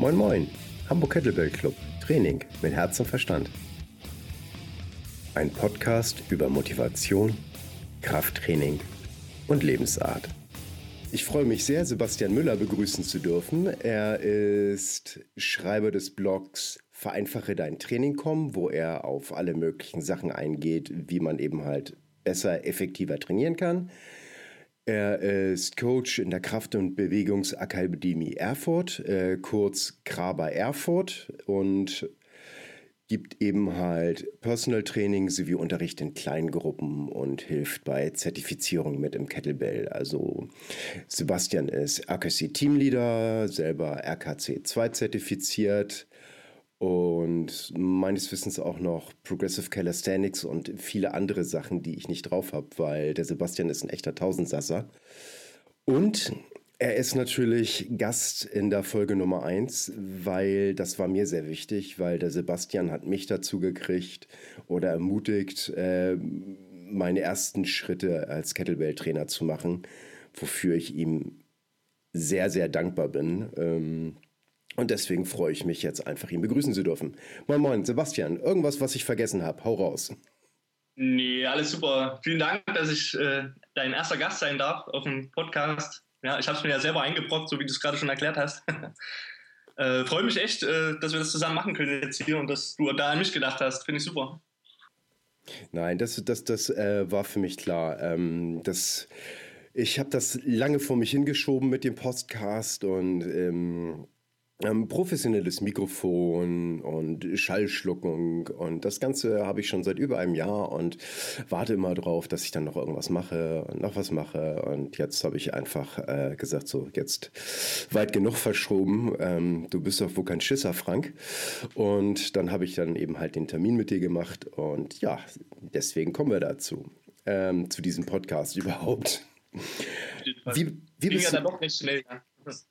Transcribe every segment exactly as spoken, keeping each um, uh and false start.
Moin Moin, Hamburg Kettlebell Club, Training mit Herz und Verstand. Ein Podcast über Motivation, Krafttraining und Lebensart. Ich freue mich sehr, Sebastian Müller begrüßen zu dürfen. Er ist Schreiber des Blogs Vereinfache dein Training Punkt com, wo er auf alle möglichen Sachen eingeht, wie man eben halt besser, effektiver trainieren kann. Er ist Coach in der Kraft- und Bewegungsakademie Erfurt, äh, kurz Kraber Erfurt, und gibt eben halt Personal Training sowie Unterricht in Kleingruppen und hilft bei Zertifizierung mit im Kettlebell. Also Sebastian ist R K C Teamleader, selber R K C zwei zertifiziert und meines Wissens auch noch Progressive Calisthenics und viele andere Sachen, die ich nicht drauf habe, weil der Sebastian ist ein echter Tausendsasser. Und er ist natürlich Gast in der Folge Nummer eins, weil das war mir sehr wichtig, weil der Sebastian hat mich dazu gekriegt oder ermutigt, äh, meine ersten Schritte als Kettlebell-Trainer zu machen, wofür ich ihm sehr, sehr dankbar bin. Ähm, und deswegen freue ich mich jetzt einfach, ihn begrüßen zu dürfen. Moin Moin, Sebastian, irgendwas, was ich vergessen habe, hau raus. Nee, alles super. Vielen Dank, dass ich äh, dein erster Gast sein darf auf dem Podcast. Ja, ich habe es mir ja selber eingebrockt, so wie du es gerade schon erklärt hast. äh, Freue mich echt, äh, dass wir das zusammen machen können jetzt hier und dass du da an mich gedacht hast. Finde ich super. Nein, das, das, das äh, war für mich klar. Ähm, das, ich habe das lange vor mich hingeschoben mit dem Podcast und ähm, ähm, professionelles Mikrofon und Schallschluckung und das Ganze habe ich schon seit über einem Jahr und warte immer drauf, dass ich dann noch irgendwas mache und noch was mache, und jetzt habe ich einfach äh, gesagt, so jetzt weit genug verschoben, ähm, du bist doch wohl kein Schisser, Frank, und dann habe ich dann eben halt den Termin mit dir gemacht und ja, deswegen kommen wir dazu, ähm, zu diesem Podcast überhaupt. Wie, wie bist du? Ja, dann doch recht schnell, ja.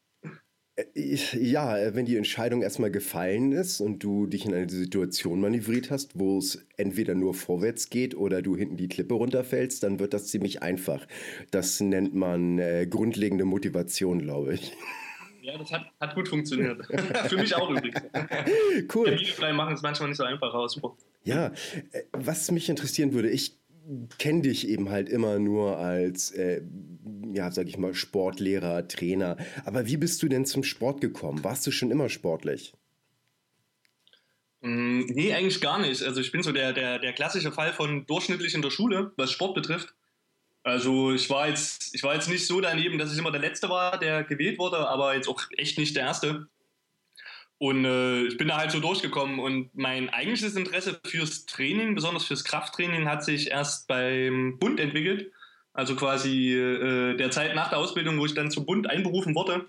Ja, wenn die Entscheidung erstmal gefallen ist und du dich in eine Situation manövriert hast, wo es entweder nur vorwärts geht oder du hinten die Klippe runterfällst, dann wird das ziemlich einfach. Das nennt man äh, grundlegende Motivation, glaube ich. Ja, das hat, hat gut funktioniert. Für mich auch übrigens. Cool. Termine frei machen ist manchmal nicht so einfach, aber super. Ja, was mich interessieren würde, ich kenne dich eben halt immer nur als, äh, ja, sag ich mal, Sportlehrer, Trainer. Aber wie bist du denn zum Sport gekommen? Warst du schon immer sportlich? Mm, nee, eigentlich gar nicht. Also ich bin so der, der, der klassische Fall von durchschnittlich in der Schule, was Sport betrifft. Also ich war jetzt, ich war jetzt nicht so daneben, dass ich immer der Letzte war, der gewählt wurde, aber jetzt auch echt nicht der Erste. Und äh, ich bin da halt so durchgekommen und mein eigentliches Interesse fürs Training, besonders fürs Krafttraining, hat sich erst beim Bund entwickelt. Also quasi äh, der Zeit nach der Ausbildung, wo ich dann zum Bund einberufen wurde.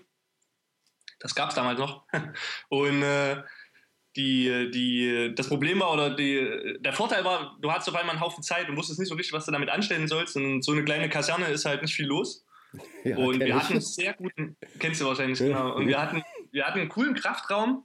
Das gab es damals noch. Und äh, die, die, das Problem war, oder die, der Vorteil war, du hattest auf einmal einen Haufen Zeit und wusstest nicht so richtig, was du damit anstellen sollst. Und so eine kleine Kaserne ist halt nicht viel los. Ja, und wir ich. hatten einen sehr guten, kennst du wahrscheinlich, genau. Und wir hatten, wir hatten einen coolen Kraftraum.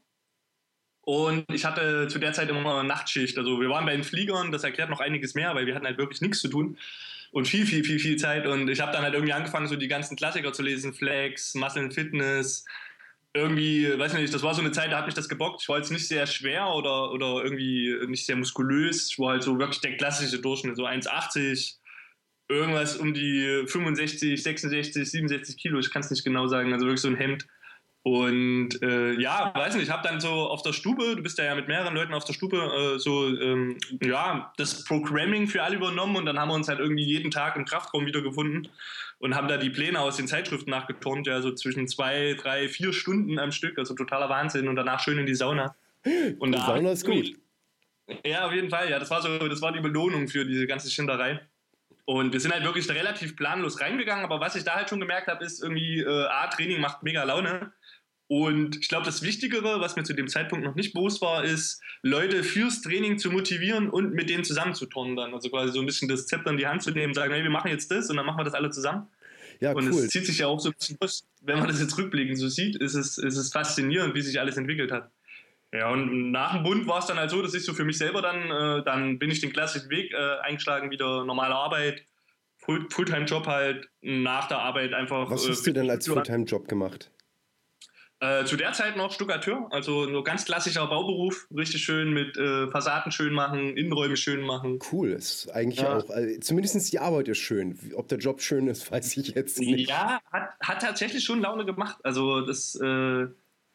Und ich hatte zu der Zeit immer eine Nachtschicht. Also wir waren bei den Fliegern, das erklärt noch einiges mehr, weil wir hatten halt wirklich nichts zu tun und viel, viel, viel, viel Zeit. Und ich habe dann halt irgendwie angefangen, so die ganzen Klassiker zu lesen, Flex, Muscle and Fitness. Irgendwie, weiß nicht, das war so eine Zeit, da hat mich das gebockt. Ich war jetzt nicht sehr schwer oder, oder irgendwie nicht sehr muskulös. Ich war halt so wirklich der klassische Durchschnitt, so eins Komma achtzig, irgendwas um die fünfundsechzig, sechsundsechzig, siebenundsechzig Kilo, ich kann es nicht genau sagen, also wirklich so ein Hemd. Und äh, ja, weiß nicht, ich habe dann so auf der Stube, du bist ja, ja mit mehreren Leuten auf der Stube, äh, so ähm, ja, das Programming für alle übernommen, und dann haben wir uns halt irgendwie jeden Tag im Kraftraum wiedergefunden und haben da die Pläne aus den Zeitschriften nachgeturnt, ja, so zwischen zwei, drei, vier Stunden am Stück, also totaler Wahnsinn, und danach schön in die Sauna. Und die Sauna ist gut. Ja, auf jeden Fall, ja, das war so, das war die Belohnung für diese ganze Schinderei. Und wir sind halt wirklich relativ planlos reingegangen, aber was ich da halt schon gemerkt habe, ist irgendwie, äh, A, Training macht mega Laune. Und ich glaube, das Wichtigere, was mir zu dem Zeitpunkt noch nicht bewusst war, ist, Leute fürs Training zu motivieren und mit denen zusammenzuturnen dann. Also quasi so ein bisschen das Zepter in die Hand zu nehmen, sagen, hey, wir machen jetzt das und dann machen wir das alle zusammen. Ja, und cool. Es zieht sich ja auch so ein bisschen durch, wenn man das jetzt rückblickend so sieht, ist es, ist es faszinierend, wie sich alles entwickelt hat. Ja, und nach dem Bund war es dann halt so, dass ich so für mich selber dann, äh, dann bin ich den klassischen Weg äh, eingeschlagen, wieder normale Arbeit, Full, Fulltime-Job halt, nach der Arbeit einfach. Was hast äh, du denn als Fulltime-Job gemacht? Äh, zu der Zeit noch Stuckateur, also nur ganz klassischer Bauberuf, richtig schön mit äh, Fassaden schön machen, Innenräume schön machen. Cool, ist eigentlich Ja. auch, also zumindest die Arbeit ist schön. Ob der Job schön ist, weiß ich jetzt nicht. Ja, hat, hat tatsächlich schon Laune gemacht. Also das, äh,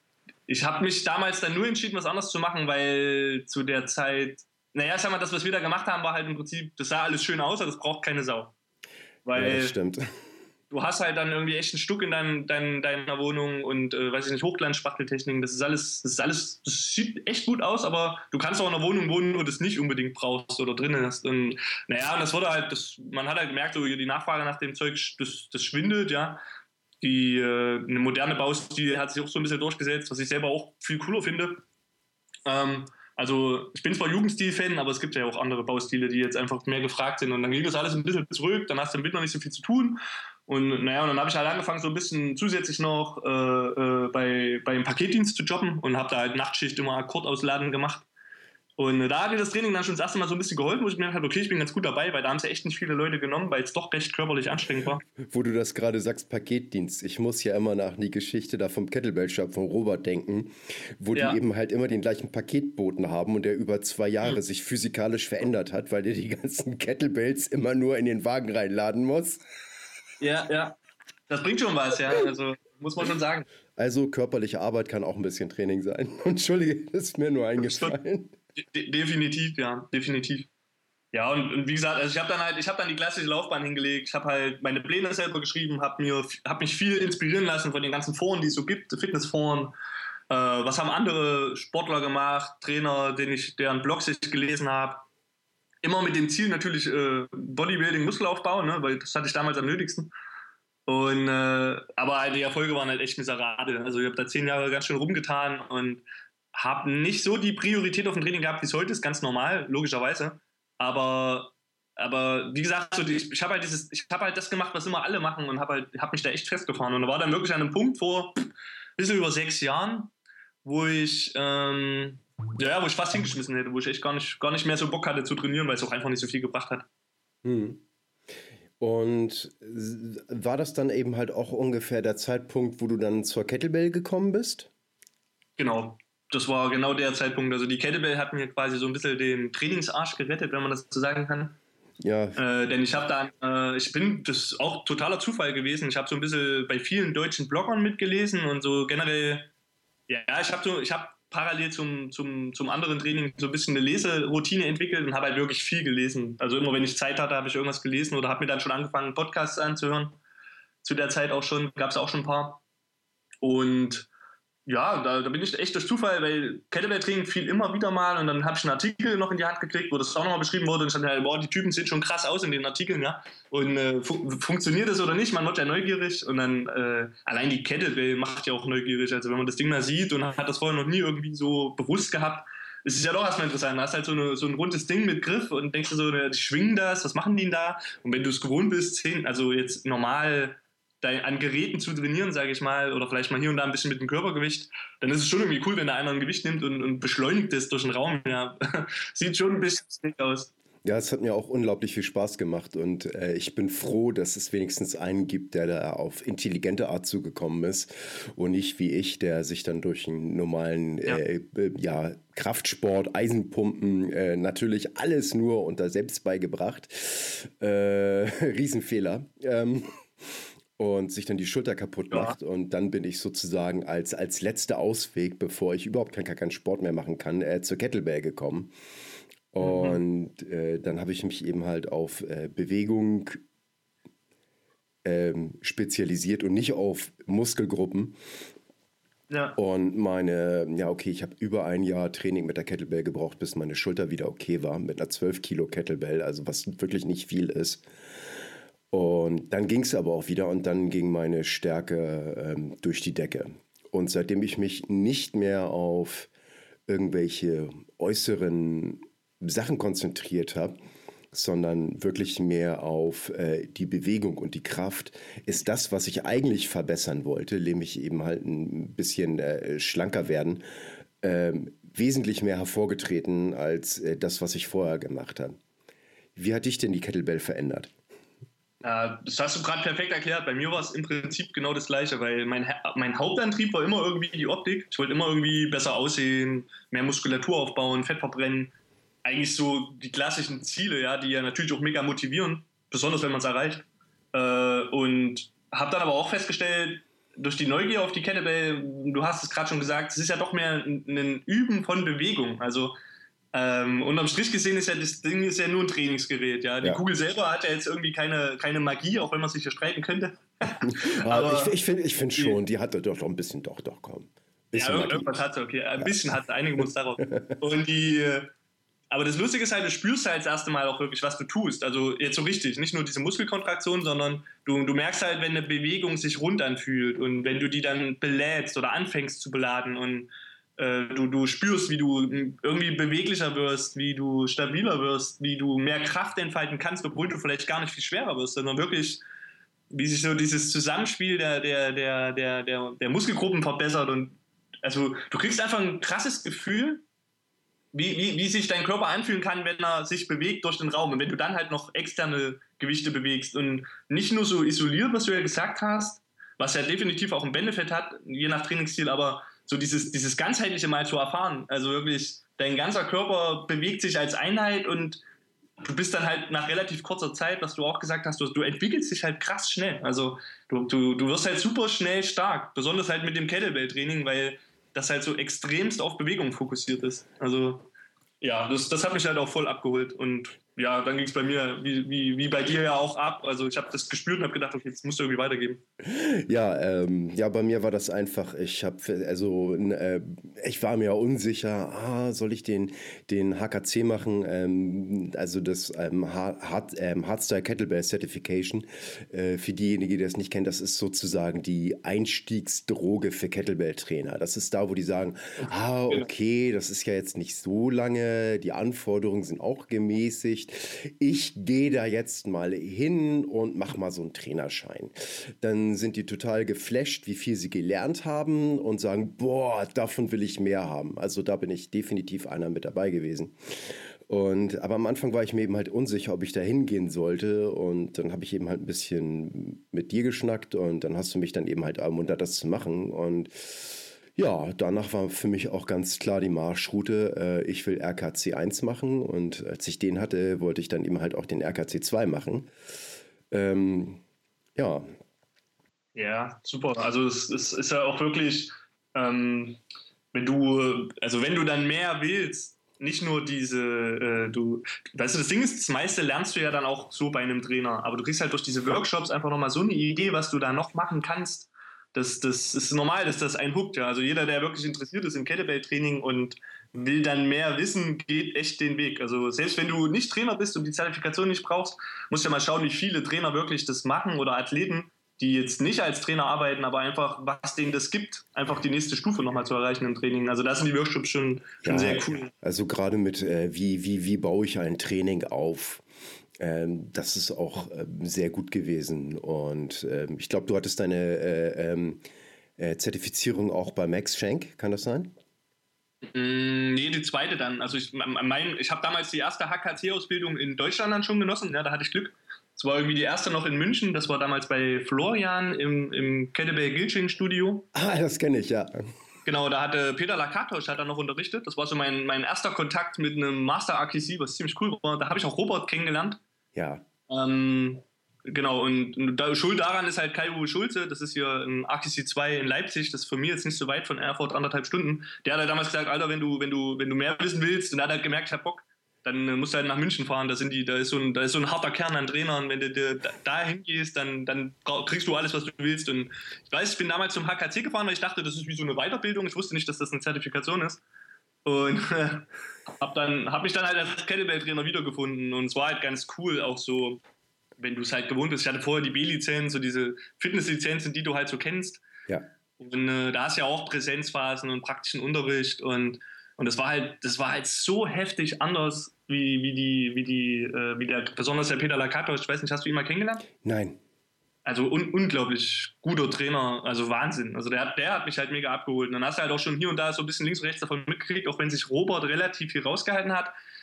ich habe mich damals dann nur entschieden, was anderes zu machen, weil zu der Zeit, naja, ich sag mal, das, was wir da gemacht haben, war halt im Prinzip, das sah alles schön aus, aber das braucht keine Sau. Weil Ja, das stimmt. du hast halt dann irgendwie echt einen Stuck in dein, dein, deiner Wohnung und, äh, weiß ich nicht, Hochglanzspachteltechniken, das ist alles, das ist alles, das sieht echt gut aus, aber du kannst auch in einer Wohnung wohnen, wo du das nicht unbedingt brauchst oder drinnen hast. Und naja, und das wurde halt, das, man hat halt gemerkt, so die Nachfrage nach dem Zeug, das, das schwindet, ja. Die, äh, eine moderne Baustil hat sich auch so ein bisschen durchgesetzt, was ich selber auch viel cooler finde. Ähm, also ich bin zwar Jugendstil-Fan, aber es gibt ja auch andere Baustile, die jetzt einfach mehr gefragt sind. Und dann ging das alles ein bisschen zurück, dann hast du im Winter nicht so viel zu tun. Und naja, und dann habe ich halt angefangen, so ein bisschen zusätzlich noch äh, äh, bei, beim Paketdienst zu jobben und habe da halt Nachtschicht immer Akkordausladen gemacht. Und da hat mir das Training dann schon das erste Mal so ein bisschen geholfen, wo ich mir gedacht habe, okay, ich bin ganz gut dabei, weil da haben sie echt nicht viele Leute genommen, weil es doch recht körperlich anstrengend war. Wo du das gerade sagst, Paketdienst. Ich muss ja immer nach die Geschichte da vom Kettlebell-Shop von Robert denken, wo Ja. die eben halt immer den gleichen Paketboten haben und der über zwei Jahre sich physikalisch verändert hat, weil der die ganzen Kettlebells immer nur in den Wagen reinladen muss. Ja, ja. Das bringt schon was, ja. Also muss man schon sagen. Also körperliche Arbeit kann auch ein bisschen Training sein. Entschuldige, das ist mir nur eingefallen. De- definitiv, ja, definitiv. Ja, und, und wie gesagt, also ich habe dann halt, ich habe dann die klassische Laufbahn hingelegt, ich habe halt meine Pläne selber geschrieben, habe mir, habe mich viel inspirieren lassen von den ganzen Foren, die es so gibt, Fitnessforen. Äh, was haben andere Sportler gemacht, Trainer, den ich, deren Blogs ich gelesen habe. Immer mit dem Ziel natürlich äh, Bodybuilding, Muskelaufbau, ne, weil das hatte ich damals am nötigsten. Und äh, aber halt die Erfolge waren halt echt miserabel. Also ich habe da zehn Jahre ganz schön rumgetan und habe nicht so die Priorität auf dem Training gehabt, wie es heute ist, ganz normal, logischerweise. Aber, aber wie gesagt, so die, ich, ich habe halt dieses, ich habe halt das gemacht, was immer alle machen und habe halt, hab mich da echt festgefahren. Und da war dann wirklich an einem Punkt vor ein bisschen über sechs Jahren, wo ich, ähm, ja, wo ich fast hingeschmissen hätte, wo ich echt gar nicht, gar nicht mehr so Bock hatte zu trainieren, weil es auch einfach nicht so viel gebracht hat. Hm. Und war das dann eben halt auch ungefähr der Zeitpunkt, wo du dann zur Kettlebell gekommen bist? Genau. Das war genau der Zeitpunkt. Also die Kettlebell hat mir quasi so ein bisschen den Trainingsarsch gerettet, wenn man das so sagen kann. Ja. Äh, denn ich habe dann, äh, ich bin, das ist auch totaler Zufall gewesen. Ich habe so ein bisschen bei vielen deutschen Bloggern mitgelesen und so generell, ja, ich habe so, ich habe parallel zum, zum, zum anderen Training so ein bisschen eine Leseroutine entwickelt und habe halt wirklich viel gelesen. Also immer wenn ich Zeit hatte, habe ich irgendwas gelesen oder habe mir dann schon angefangen, Podcasts anzuhören. Zu der Zeit auch schon, gab es auch schon ein paar. Und ja, da, da bin ich echt durch Zufall, weil Kettlebell-Training fiel immer wieder mal und dann habe ich einen Artikel noch in die Hand gekriegt, wo das auch nochmal beschrieben wurde und ich dachte halt, boah, die Typen sehen schon krass aus in den Artikeln, ja. Und äh, fu- funktioniert das oder nicht? Man wird ja neugierig und dann äh, allein die Kettlebell macht ja auch neugierig. Also wenn man das Ding mal sieht und hat das vorher noch nie irgendwie so bewusst gehabt, ist es ja doch erstmal interessant. Du hast halt so, eine, so ein rundes Ding mit Griff und denkst du so, die schwingen das, was machen die denn da? Und wenn du es gewohnt bist, zehn, also jetzt normal an Geräten zu trainieren, sage ich mal, oder vielleicht mal hier und da ein bisschen mit dem Körpergewicht, dann ist es schon irgendwie cool, wenn da einer ein Gewicht nimmt und, und beschleunigt es durch den Raum. Ja. Sieht schon ein bisschen slick aus. Ja, es hat mir auch unglaublich viel Spaß gemacht und äh, ich bin froh, dass es wenigstens einen gibt, der da auf intelligente Art zugekommen ist und nicht wie ich, der sich dann durch einen normalen ja. Äh, ja, Kraftsport, Eisenpumpen, äh, natürlich alles nur unter selbst beigebracht. Äh, Riesenfehler. Ähm, und sich dann die Schulter kaputt macht. Ja. Und dann bin ich sozusagen als, als letzter Ausweg, bevor ich überhaupt keinen kein Sport mehr machen kann, äh, zur Kettlebell gekommen. Und mhm. äh, dann habe ich mich eben halt auf äh, Bewegung ähm, spezialisiert und nicht auf Muskelgruppen. Ja. Und meine, ja okay, ich habe über ein Jahr Training mit der Kettlebell gebraucht, bis meine Schulter wieder okay war, mit einer zwölf Kilo Kettlebell, also was wirklich nicht viel ist. Und dann ging es aber auch wieder und dann ging meine Stärke ähm, durch die Decke. Und seitdem ich mich nicht mehr auf irgendwelche äußeren Sachen konzentriert habe, sondern wirklich mehr auf äh, die Bewegung und die Kraft, ist das, was ich eigentlich verbessern wollte, nämlich eben halt ein bisschen äh, schlanker werden, äh, wesentlich mehr hervorgetreten als äh, das, was ich vorher gemacht habe. Wie hat dich denn die Kettlebell verändert? Ja, das hast du gerade perfekt erklärt. Bei mir war es im Prinzip genau das Gleiche, weil mein, mein Hauptantrieb war immer irgendwie die Optik. Ich wollte immer irgendwie besser aussehen, mehr Muskulatur aufbauen, Fett verbrennen. Eigentlich so die klassischen Ziele, ja, die ja natürlich auch mega motivieren, besonders wenn man es erreicht. Äh, und habe dann aber auch festgestellt, durch die Neugier auf die Kettlebell, du hast es gerade schon gesagt, es ist ja doch mehr ein, ein Üben von Bewegung. Also ähm, unterm Strich gesehen ist ja das Ding ist ja nur ein Trainingsgerät. Ja? Die Ja. Kugel selber hat ja jetzt irgendwie keine, keine Magie, auch wenn man sich hier streiten könnte. Aber ich, ich finde ich find schon, die hatte doch ein bisschen, doch, doch, komm. Ja, irgendwas hat sie, okay. Ein bisschen hat sie, einige muss darauf. Und die, aber das Lustige ist halt, du spürst halt das erste Mal auch wirklich, was du tust. Also jetzt so richtig, nicht nur diese Muskelkontraktion, sondern du, du merkst halt, wenn eine Bewegung sich rund anfühlt und wenn du die dann belädst oder anfängst zu beladen und äh, du, du spürst, wie du irgendwie beweglicher wirst, wie du stabiler wirst, wie du mehr Kraft entfalten kannst, obwohl du vielleicht gar nicht viel schwerer wirst, sondern wirklich, wie sich so dieses Zusammenspiel der, der, der, der, der, der Muskelgruppen verbessert. Und also du kriegst einfach ein krasses Gefühl, Wie, wie, wie sich dein Körper anfühlen kann, wenn er sich bewegt durch den Raum. Und wenn du dann halt noch externe Gewichte bewegst und nicht nur so isoliert, was du ja gesagt hast, was ja definitiv auch einen Benefit hat, je nach Trainingsstil, aber so dieses, dieses ganzheitliche mal zu erfahren. Also wirklich, dein ganzer Körper bewegt sich als Einheit und du bist dann halt nach relativ kurzer Zeit, was du auch gesagt hast, du, du entwickelst dich halt krass schnell. Also du, du, du wirst halt super schnell stark, besonders halt mit dem Kettlebell-Training, weil das halt so extremst auf Bewegung fokussiert ist. Also ja, das, das hat mich halt auch voll abgeholt. Und ja, dann ging es bei mir, wie, wie, wie bei dir ja auch ab. Also ich habe das gespürt und habe gedacht, okay, jetzt musst du irgendwie weitergeben. Ja, ähm, ja, bei mir war das einfach, ich habe, also, äh, ich war mir unsicher, ah, soll ich den, den H K C machen, ähm, also das ähm, Hard, ähm, Hardstyle Kettlebell Certification, äh, für diejenigen, die das nicht kennen, das ist sozusagen die Einstiegsdroge für Kettlebell-Trainer. Das ist da, wo die sagen, ah, okay, das ist ja jetzt nicht so lange, die Anforderungen sind auch gemäßigt, ich gehe da jetzt mal hin und mache mal so einen Trainerschein. Dann sind die total geflasht, wie viel sie gelernt haben und sagen, boah, davon will ich mehr haben. Also da bin ich definitiv einer mit dabei gewesen. Und, aber am Anfang war ich mir eben halt unsicher, ob ich da hingehen sollte. Und dann habe ich eben halt ein bisschen mit dir geschnackt und dann hast du mich dann eben halt ermuntert, das zu machen. Und ja, danach war für mich auch ganz klar die Marschroute, äh, ich will R K C eins machen und als ich den hatte, wollte ich dann eben halt auch den R K C zwei machen. Ähm, ja. Ja, super. Also es, es ist ja auch wirklich, ähm, wenn du, also wenn du dann mehr willst, nicht nur diese, äh, du, weißt du, das Ding ist, das meiste lernst du ja dann auch so bei einem Trainer, aber du kriegst halt durch diese Workshops einfach nochmal so eine Idee, was du da noch machen kannst. Das, das ist normal, dass das einen huckt. Ja. Also jeder, der wirklich interessiert ist im Kettlebell-Training und will dann mehr wissen, geht echt den Weg. Also selbst wenn du nicht Trainer bist und die Zertifikation nicht brauchst, musst du ja mal schauen, wie viele Trainer wirklich das machen oder Athleten, die jetzt nicht als Trainer arbeiten, aber einfach, was denen das gibt, einfach die nächste Stufe nochmal zu erreichen im Training. Also da sind die Workshops schon, schon Ja, sehr cool. also gerade mit, äh, wie, wie, wie baue ich ein Training auf? Ähm, das ist auch ähm, sehr gut gewesen. Und ähm, ich glaube, du hattest deine äh, ähm, äh, Zertifizierung auch bei Max Schenk, kann das sein? Mm, nee, die zweite dann. Also ich, mein, ich habe damals die erste H K C-Ausbildung in Deutschland dann schon genossen. Ja, da hatte ich Glück. Es war irgendwie die erste noch in München. Das war damals bei Florian im, im Kettlebell Gilching Studio. Ah, das kenne ich, ja. Genau, da hatte Peter Lakatosch hat er noch unterrichtet. Das war so mein, mein erster Kontakt mit einem Master R K C, was ziemlich cool war. Da habe ich auch Robert kennengelernt. Ja. Ähm, genau, und, und da, schuld daran ist halt Kai-Uwe Schulze. Das ist hier ein R K C zwei in Leipzig. Das ist für mich jetzt nicht so weit von Erfurt, anderthalb Stunden. Der hat halt damals gesagt, Alter, wenn du, wenn du, wenn du mehr wissen willst, und er hat halt gemerkt, ich hab Bock, dann musst du halt nach München fahren. Da, sind die, da, ist so ein, da ist so ein harter Kern an Trainern. Wenn du da, da hingehst, dann, dann kriegst du alles, was du willst. Und ich weiß, ich bin damals zum H K C gefahren, weil ich dachte, das ist wie so eine Weiterbildung. Ich wusste nicht, dass das eine Zertifikation ist. Und äh, habe dann, hab mich dann halt als Kettlebell-Trainer wiedergefunden. Und es war halt ganz cool, auch so, wenn du es halt gewohnt bist. Ich hatte vorher die B-Lizenz, so diese Fitnesslizenzen, die du halt so kennst. Ja. Und äh, da hast du ja auch Präsenzphasen und praktischen Unterricht. Und, und das war halt, das war halt so heftig anders, wie, wie die, wie die, äh, wie der, besonders der Peter Lakatosch. Ich weiß nicht, hast du ihn mal kennengelernt? Nein. Also un- unglaublich guter Trainer, also Wahnsinn. Also der, der hat mich halt mega abgeholt. Und dann hast du halt auch schon hier und da so ein bisschen links und rechts davon mitgekriegt, auch wenn sich Robert relativ viel rausgehalten hat,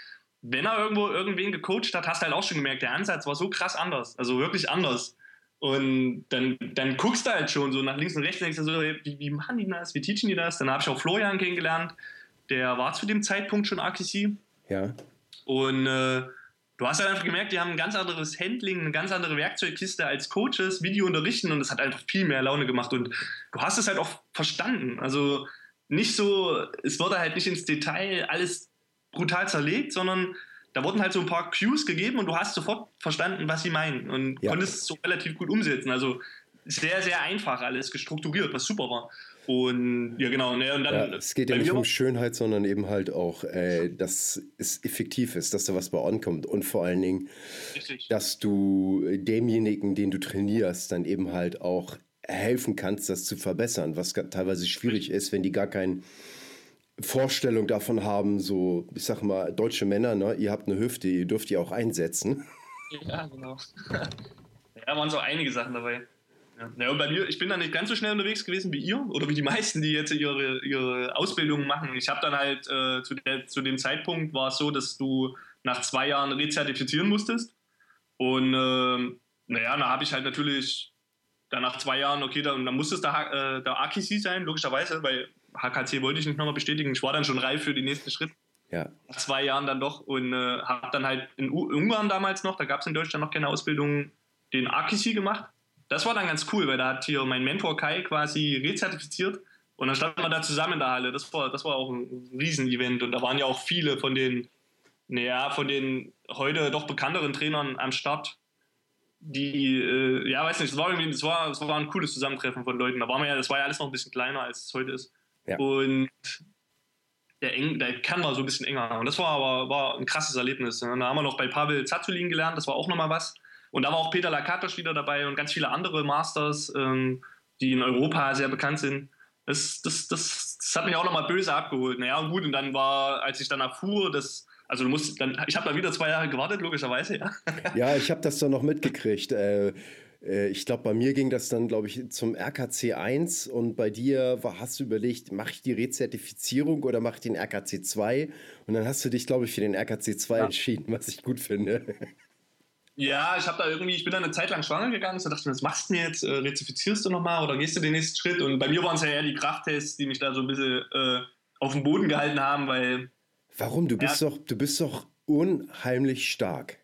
wenn er irgendwo irgendwen gecoacht hat, hast du halt auch schon gemerkt, der Ansatz war so krass anders, also wirklich anders. Und dann, dann guckst du halt schon so nach links und rechts und denkst du so, hey, wie, wie machen die das, wie teachen die das? Dann habe ich auch Florian kennengelernt, der war zu dem Zeitpunkt schon A K C. Ja. Und äh, du hast halt einfach gemerkt, die haben ein ganz anderes Handling, eine ganz andere Werkzeugkiste als Coaches, wie die unterrichten, und das hat einfach viel mehr Laune gemacht. Und du hast es halt auch verstanden. Also nicht so, es wurde halt nicht ins Detail alles brutal zerlegt, sondern da wurden halt so ein paar Cues gegeben und du hast sofort verstanden, was sie meinen, und ja. konntest es so relativ gut umsetzen. Also sehr, sehr einfach alles gestrukturiert, was super war. Und ja, genau. Ne, und dann, ja, es geht ja nicht um Schönheit, sondern eben halt auch, äh, dass es effektiv ist, dass da was bei ankommt. Und vor allen Dingen, richtig, dass du demjenigen, den du trainierst, dann eben halt auch helfen kannst, das zu verbessern, was teilweise schwierig richtig. ist, wenn die gar keine Vorstellung davon haben, so, ich sag mal, deutsche Männer, ne, ihr habt eine Hüfte, ihr dürft die auch einsetzen. Ja, genau. Ja, waren so einige Sachen dabei. Ja. Ja, und bei mir, ich bin da nicht ganz so schnell unterwegs gewesen wie ihr oder wie die meisten, die jetzt ihre, ihre Ausbildung machen. Ich habe dann halt äh, zu, der, zu dem Zeitpunkt war es so, dass du nach zwei Jahren rezertifizieren musstest. Und äh, naja, da habe ich halt natürlich dann nach zwei Jahren, okay, dann, dann musste es der, äh, der A K C sein, logischerweise, weil H K C wollte ich nicht nochmal bestätigen. Ich war dann schon reif für den nächsten Schritt. Ja. Nach zwei Jahren dann doch, und äh, habe dann halt in U- Ungarn damals noch, da gab es in Deutschland noch keine Ausbildung, den A K C gemacht. Das war dann ganz cool, weil da hat hier mein Mentor Kai quasi rezertifiziert und dann standen wir da zusammen in der Halle. Das war, das war auch ein Riesen-Event, und da waren ja auch viele von den, naja, von den heute doch bekannteren Trainern am Start, die, äh, ja, weiß nicht, es war irgendwie, es war, es war ein cooles Zusammentreffen von Leuten. Da waren wir ja, das war ja alles noch ein bisschen kleiner, als es heute ist. Ja. Und der, Eng, der Kern war so ein bisschen enger. Und das war aber war ein krasses Erlebnis. Da haben wir noch bei Pavel Zazulin gelernt, das war auch nochmal was. Und da war auch Peter Lakatos wieder dabei und ganz viele andere Masters, ähm, die in Europa sehr bekannt sind. Das, das, das, das hat mich auch nochmal böse abgeholt. Naja, und gut, und dann war, als ich dann erfuhr, dass, also du musst dann, ich habe da wieder zwei Jahre gewartet, logischerweise, ja. Ja, ich habe das dann noch mitgekriegt. Äh, äh, ich glaube, bei mir ging das dann, glaube ich, zum R K C eins, und bei dir war, hast du überlegt, mache ich die Rezertifizierung oder mache ich den R K C zwei? Und dann hast du dich, glaube ich, für den R K C zwei ja. entschieden, was ich gut finde. Ja, ich habe da irgendwie, ich bin da eine Zeit lang schwanger gegangen, so dachte ich mir, was machst du denn jetzt? Äh, rezertifizierst du nochmal oder gehst du den nächsten Schritt? Und bei mir waren es ja eher die Krafttests, die mich da so ein bisschen äh, auf dem Boden gehalten haben, weil... Warum? Du bist, ja, doch, du bist doch unheimlich stark.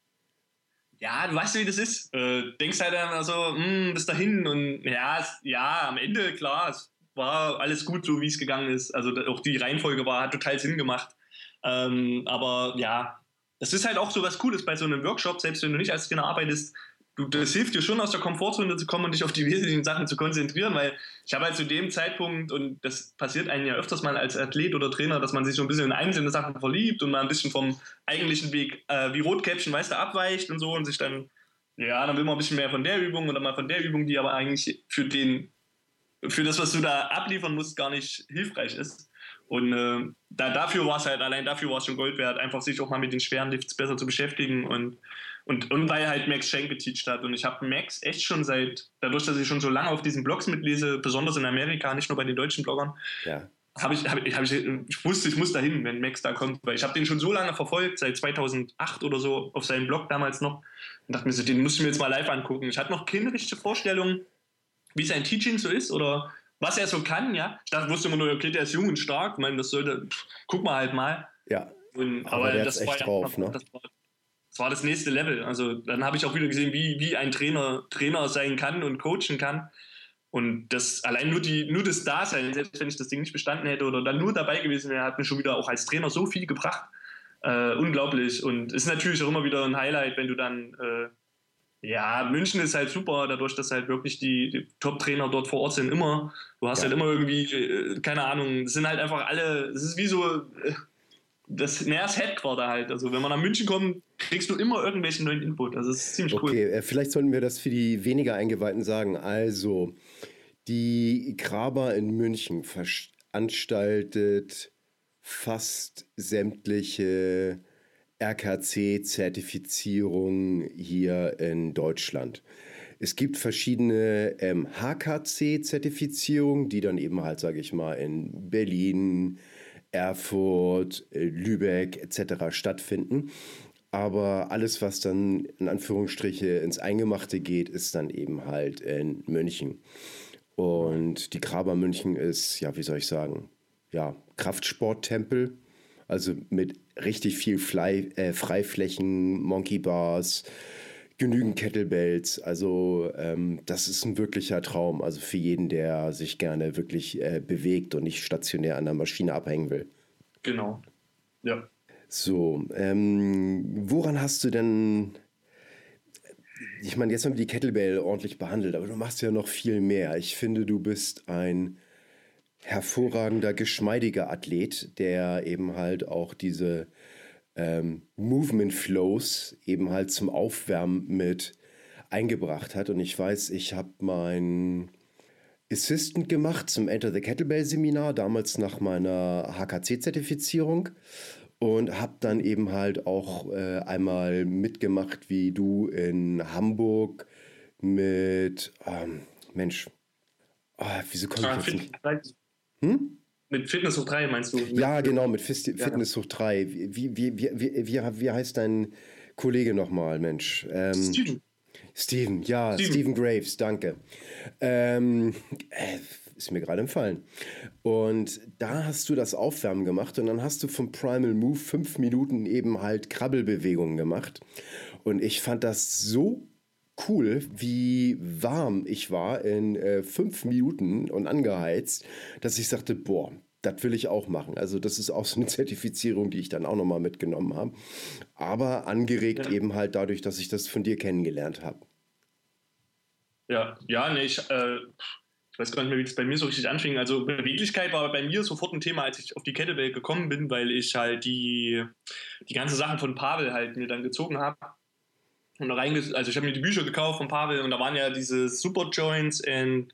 Ja, du weißt ja, wie das ist. Äh, denkst halt dann so, mh, bis dahin, und ja, es, ja, am Ende, klar, es war alles gut, so wie es gegangen ist. Also auch die Reihenfolge war, hat total Sinn gemacht. Ähm, aber ja... Das ist halt auch so was Cooles bei so einem Workshop, selbst wenn du nicht als Trainer arbeitest, du, das hilft dir schon, aus der Komfortzone zu kommen und dich auf die wesentlichen Sachen zu konzentrieren, weil ich habe halt zu dem Zeitpunkt, und das passiert einem ja öfters mal als Athlet oder Trainer, dass man sich so ein bisschen in einzelne Sachen verliebt und mal ein bisschen vom eigentlichen Weg, äh, wie Rotkäppchen, weißt du, abweicht und so, und sich dann, ja, dann will man ein bisschen mehr von der Übung oder mal von der Übung, die aber eigentlich für den, für das, was du da abliefern musst, gar nicht hilfreich ist. Und äh, da, dafür war es halt, allein dafür war es schon Gold wert, einfach sich auch mal mit den schweren Lifts besser zu beschäftigen, und, und, und weil halt Max Schenk geteacht hat. Und ich habe Max echt schon seit, dadurch, dass ich schon so lange auf diesen Blogs mitlese, besonders in Amerika, nicht nur bei den deutschen Bloggern, ja. habe ich, hab, hab ich, ich wusste, ich muss dahin, wenn Max da kommt, weil ich habe den schon so lange verfolgt, seit zweitausendacht oder so, auf seinem Blog damals noch, und dachte mir so, den muss ich mir jetzt mal live angucken. Ich hatte noch keine richtige Vorstellung, wie sein Teaching so ist oder was er so kann, ja. Ich dachte, wusste immer nur, okay, der ist jung und stark. Ich meine, das sollte, pff, guck mal halt mal. Ja, und, aber, aber das, war, drauf, ne? das, war, das war das nächste Level. Also dann habe ich auch wieder gesehen, wie, wie ein Trainer Trainer sein kann und coachen kann. Und das allein nur, die, nur das Dasein, selbst wenn ich das Ding nicht bestanden hätte oder dann nur dabei gewesen wäre, hat mir schon wieder auch als Trainer so viel gebracht. Äh, unglaublich. Und ist natürlich auch immer wieder ein Highlight, wenn du dann... Äh, Ja, München ist halt super, dadurch, dass halt wirklich die, die Top-Trainer dort vor Ort sind, immer. Du hast ja. halt immer irgendwie, äh, keine Ahnung, das sind halt einfach alle, das ist wie so, äh, das, naja, das Headquarter halt. Also wenn man nach München kommt, kriegst du immer irgendwelchen neuen Input. Also das ist ziemlich cool. Okay, äh, vielleicht sollten wir das für die weniger Eingeweihten sagen. Also, die Kraber in München veranstaltet fast sämtliche R K C-Zertifizierung hier in Deutschland. Es gibt verschiedene ähm, H K C-Zertifizierungen, die dann eben halt, sage ich mal, in Berlin, Erfurt, Lübeck et cetera stattfinden. Aber alles, was dann in Anführungsstriche ins Eingemachte geht, ist dann eben halt in München. Und die Kraber München ist, ja, wie soll ich sagen, ja, Kraftsporttempel. Also mit richtig viel Fly, äh, Freiflächen, Monkey Bars, genügend Kettlebells. Also ähm, das ist ein wirklicher Traum. Also für jeden, der sich gerne wirklich äh, bewegt und nicht stationär an der Maschine abhängen will. Genau, ja. So, ähm, woran hast du denn, ich meine, jetzt haben wir die Kettlebell ordentlich behandelt, aber du machst ja noch viel mehr. Ich finde, du bist ein hervorragender, geschmeidiger Athlet, der eben halt auch diese ähm, Movement Flows eben halt zum Aufwärmen mit eingebracht hat. Und ich weiß, ich habe mein Assistant gemacht zum Enter the Kettlebell Seminar, damals nach meiner H K C-Zertifizierung. Und habe dann eben halt auch äh, einmal mitgemacht, wie du in Hamburg mit, ähm, Mensch, oh, wieso komme ich jetzt nicht? Hm? Mit Fitness hoch drei meinst du? Mit ja, genau, mit Fis- Fitness ja. hoch drei. Wie, wie, wie, wie, wie, wie heißt dein Kollege nochmal, Mensch? Ähm, Steven. Steven, ja, Steven, Steven Graves, danke. Ähm, äh, ist mir gerade entfallen. Und da hast du das Aufwärmen gemacht und dann hast du vom Primal Move fünf Minuten eben halt Krabbelbewegungen gemacht. Und ich fand das so cool, wie warm ich war in äh, fünf Minuten und angeheizt, dass ich sagte, boah, das will ich auch machen. Also das ist auch so eine Zertifizierung, die ich dann auch nochmal mitgenommen habe. Aber angeregt ja. eben halt dadurch, dass ich das von dir kennengelernt habe. Ja, ja, nee, ich, äh, ich weiß gar nicht mehr, wie das bei mir so richtig anfing. Also Beweglichkeit war bei mir sofort ein Thema, als ich auf die Kettlebell gekommen bin, weil ich halt die, die ganzen Sachen von Pavel halt mir dann gezogen habe. Und da reinge- also ich habe mir die Bücher gekauft von Pavel und da waren ja diese Super Joints und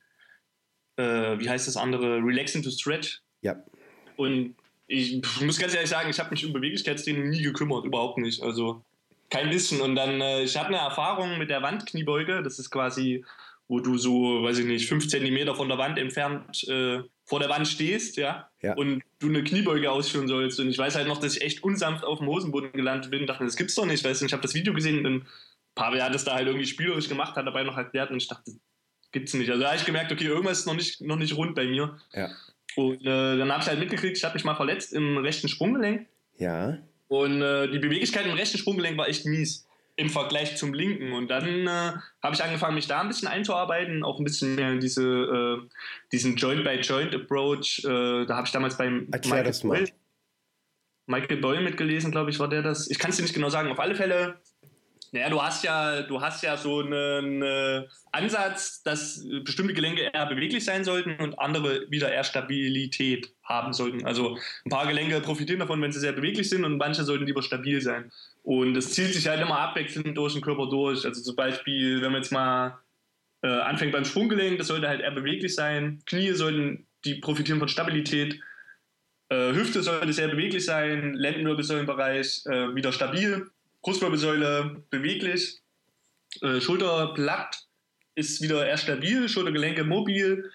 äh, wie heißt das andere? Relaxing to Stretch. Ja. Und ich muss ganz ehrlich sagen, ich habe mich um Beweglichkeitstraining nie gekümmert, überhaupt nicht. Also kein bisschen. Und dann, äh, ich habe eine Erfahrung mit der Wandkniebeuge. Das ist quasi, wo du so, weiß ich nicht, fünf Zentimeter von der Wand entfernt äh, vor der Wand stehst, ja? ja, und du eine Kniebeuge ausführen sollst. Und ich weiß halt noch, dass ich echt unsanft auf dem Hosenboden gelandet bin und dachte, das gibt's doch nicht. Weißt du? Ich habe das Video gesehen und Pavel hat das da halt irgendwie spielerisch gemacht, hat dabei noch erklärt und ich dachte, das gibt's nicht. Also da habe ich gemerkt, okay, irgendwas ist noch nicht, noch nicht rund bei mir. Ja. Und äh, dann habe ich halt mitgekriegt, ich habe mich mal verletzt im rechten Sprunggelenk. Ja. Und äh, die Beweglichkeit im rechten Sprunggelenk war echt mies im Vergleich zum linken. Und dann äh, habe ich angefangen, mich da ein bisschen einzuarbeiten, auch ein bisschen mehr in diese, äh, diesen Joint-by-Joint-Approach. Äh, da habe ich damals beim Erklär Michael das mal. Boyle, Michael Boyle mitgelesen, glaube ich, war der das. Ich kann es dir nicht genau sagen. Auf alle Fälle, naja, du hast ja, du hast ja so einen eine Ansatz, dass bestimmte Gelenke eher beweglich sein sollten und andere wieder eher Stabilität haben sollten. Also ein paar Gelenke profitieren davon, wenn sie sehr beweglich sind und manche sollten lieber stabil sein. Und das zieht sich halt immer abwechselnd durch den Körper durch. Also zum Beispiel, wenn man jetzt mal äh, anfängt beim Sprunggelenk, das sollte halt eher beweglich sein. Knie sollten, die profitieren von Stabilität. Äh, Hüfte sollte sehr beweglich sein. Lendenwirbelsäulenbereich äh, wieder stabil. Brustwirbelsäule beweglich, äh, Schulterblatt ist wieder eher stabil, Schultergelenke mobil,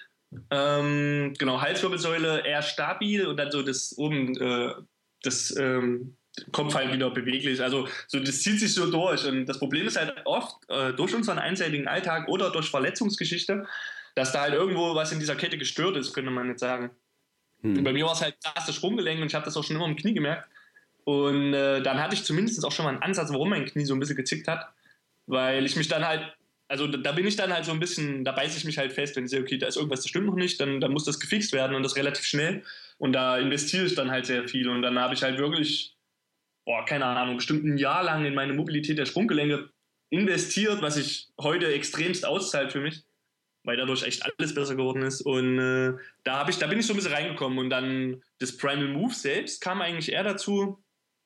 ähm, genau, Halswirbelsäule eher stabil und dann so das oben, äh, das ähm, Kopf halt wieder beweglich. Also so, das zieht sich so durch und das Problem ist halt oft äh, durch unseren einseitigen Alltag oder durch Verletzungsgeschichte, dass da halt irgendwo was in dieser Kette gestört ist, könnte man jetzt sagen. Hm. Und bei mir war es halt das Sprunggelenk und ich habe das auch schon immer im Knie gemerkt. Und äh, dann hatte ich zumindest auch schon mal einen Ansatz, warum mein Knie so ein bisschen gezickt hat. Weil ich mich dann halt, also da bin ich dann halt so ein bisschen, da beiße ich mich halt fest, wenn ich sehe, okay, da ist irgendwas, das stimmt noch nicht, dann, dann muss das gefixt werden und das relativ schnell. Und da investiere ich dann halt sehr viel. Und dann habe ich halt wirklich, boah, keine Ahnung, bestimmt ein Jahr lang in meine Mobilität der Sprunggelenke investiert, was sich heute extremst auszahlt für mich, weil dadurch echt alles besser geworden ist. Und äh, da, hab ich, da bin ich so ein bisschen reingekommen. Und dann das Primal Move selbst kam eigentlich eher dazu,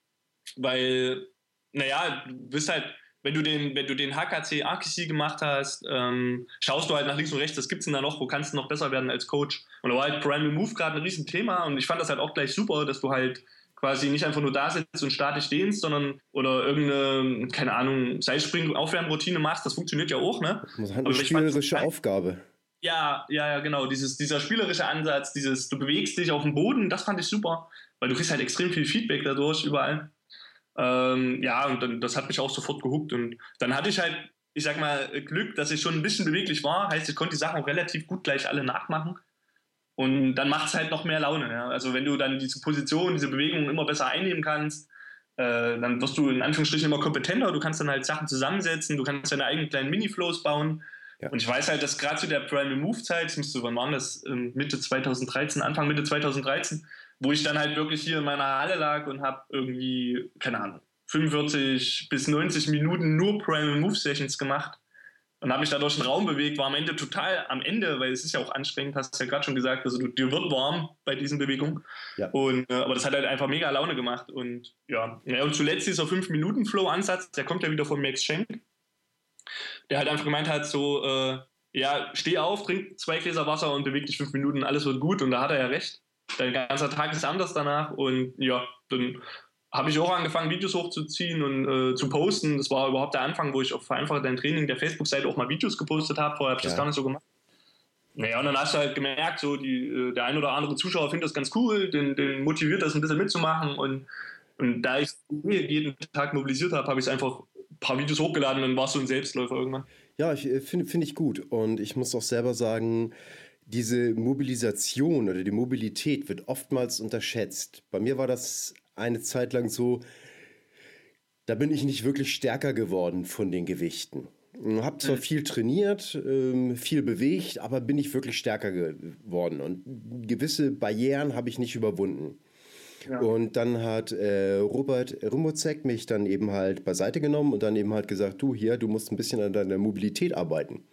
weil, naja, du bist halt, wenn du den, wenn du den H K C A K C gemacht hast, ähm, schaust du halt nach links und rechts, was gibt's denn da noch, wo kannst du noch besser werden als Coach? Und da war halt Primal Move gerade ein riesen Thema und ich fand das halt auch gleich super, dass du halt quasi nicht einfach nur da sitzt und statisch dehnst, sondern oder irgendeine, keine Ahnung, Seilspringen, Aufwärmroutine machst, das funktioniert ja auch, ne? Das ist halt eine spielerische Aufgabe. Ja, ja, ja, genau. Dieses, dieser spielerische Ansatz, dieses, du bewegst dich auf dem Boden, das fand ich super, weil du kriegst halt extrem viel Feedback dadurch überall. Ähm, ja, und dann, das hat mich auch sofort gehuckt. Und dann hatte ich halt, ich sag mal, Glück, dass ich schon ein bisschen beweglich war. Heißt, ich konnte die Sachen auch relativ gut gleich alle nachmachen. Und dann macht es halt noch mehr Laune. Ja? Also wenn du dann diese Position, diese Bewegung immer besser einnehmen kannst, äh, dann wirst du in Anführungsstrichen immer kompetenter. Du kannst dann halt Sachen zusammensetzen, du kannst deine eigenen kleinen Mini-Flows bauen. Ja. Und ich weiß halt, dass gerade zu der Primal Move-Zeit, ich müsste, wann war das? Mitte zweitausenddreizehn, Anfang Mitte zweitausenddreizehn, wo ich dann halt wirklich hier in meiner Halle lag und habe irgendwie, keine Ahnung, fünfundvierzig bis neunzig Minuten nur Primal Move Sessions gemacht und habe mich da durch den Raum bewegt, war am Ende total am Ende, weil es ist ja auch anstrengend, hast du ja gerade schon gesagt, also du, dir wird warm bei diesen Bewegungen. Ja. Und, äh, aber das hat halt einfach mega Laune gemacht. Und ja, ja und zuletzt dieser fünf Minuten Flow Ansatz, der kommt ja wieder von Max Schenk, der halt einfach gemeint hat, so, äh, ja, steh auf, trink zwei Gläser Wasser und beweg dich fünf Minuten, alles wird gut. Und da hat er ja recht. Dein ganzer Tag ist anders danach. Und ja, dann habe ich auch angefangen, Videos hochzuziehen und äh, zu posten. Das war überhaupt der Anfang, wo ich auf Vereinfache dein Training der Facebook-Seite auch mal Videos gepostet habe. Vorher habe ich ja. das gar nicht so gemacht. Naja, und dann hast du halt gemerkt, so die, der ein oder andere Zuschauer findet das ganz cool, den, den motiviert das ein bisschen mitzumachen. Und, und da ich jeden Tag mobilisiert habe, habe ich einfach ein paar Videos hochgeladen und dann war es so ein Selbstläufer irgendwann. Ja, ich finde find ich gut. Und ich muss auch selber sagen, diese Mobilisation oder die Mobilität wird oftmals unterschätzt. Bei mir war das eine Zeit lang so, da bin ich nicht wirklich stärker geworden von den Gewichten. Ich habe zwar viel trainiert, viel bewegt, aber bin nicht wirklich stärker geworden. Und gewisse Barrieren habe ich nicht überwunden. Ja. Und dann hat äh, Robert Rumozek mich dann eben halt beiseite genommen und dann eben halt gesagt, du hier, du musst ein bisschen an deiner Mobilität arbeiten.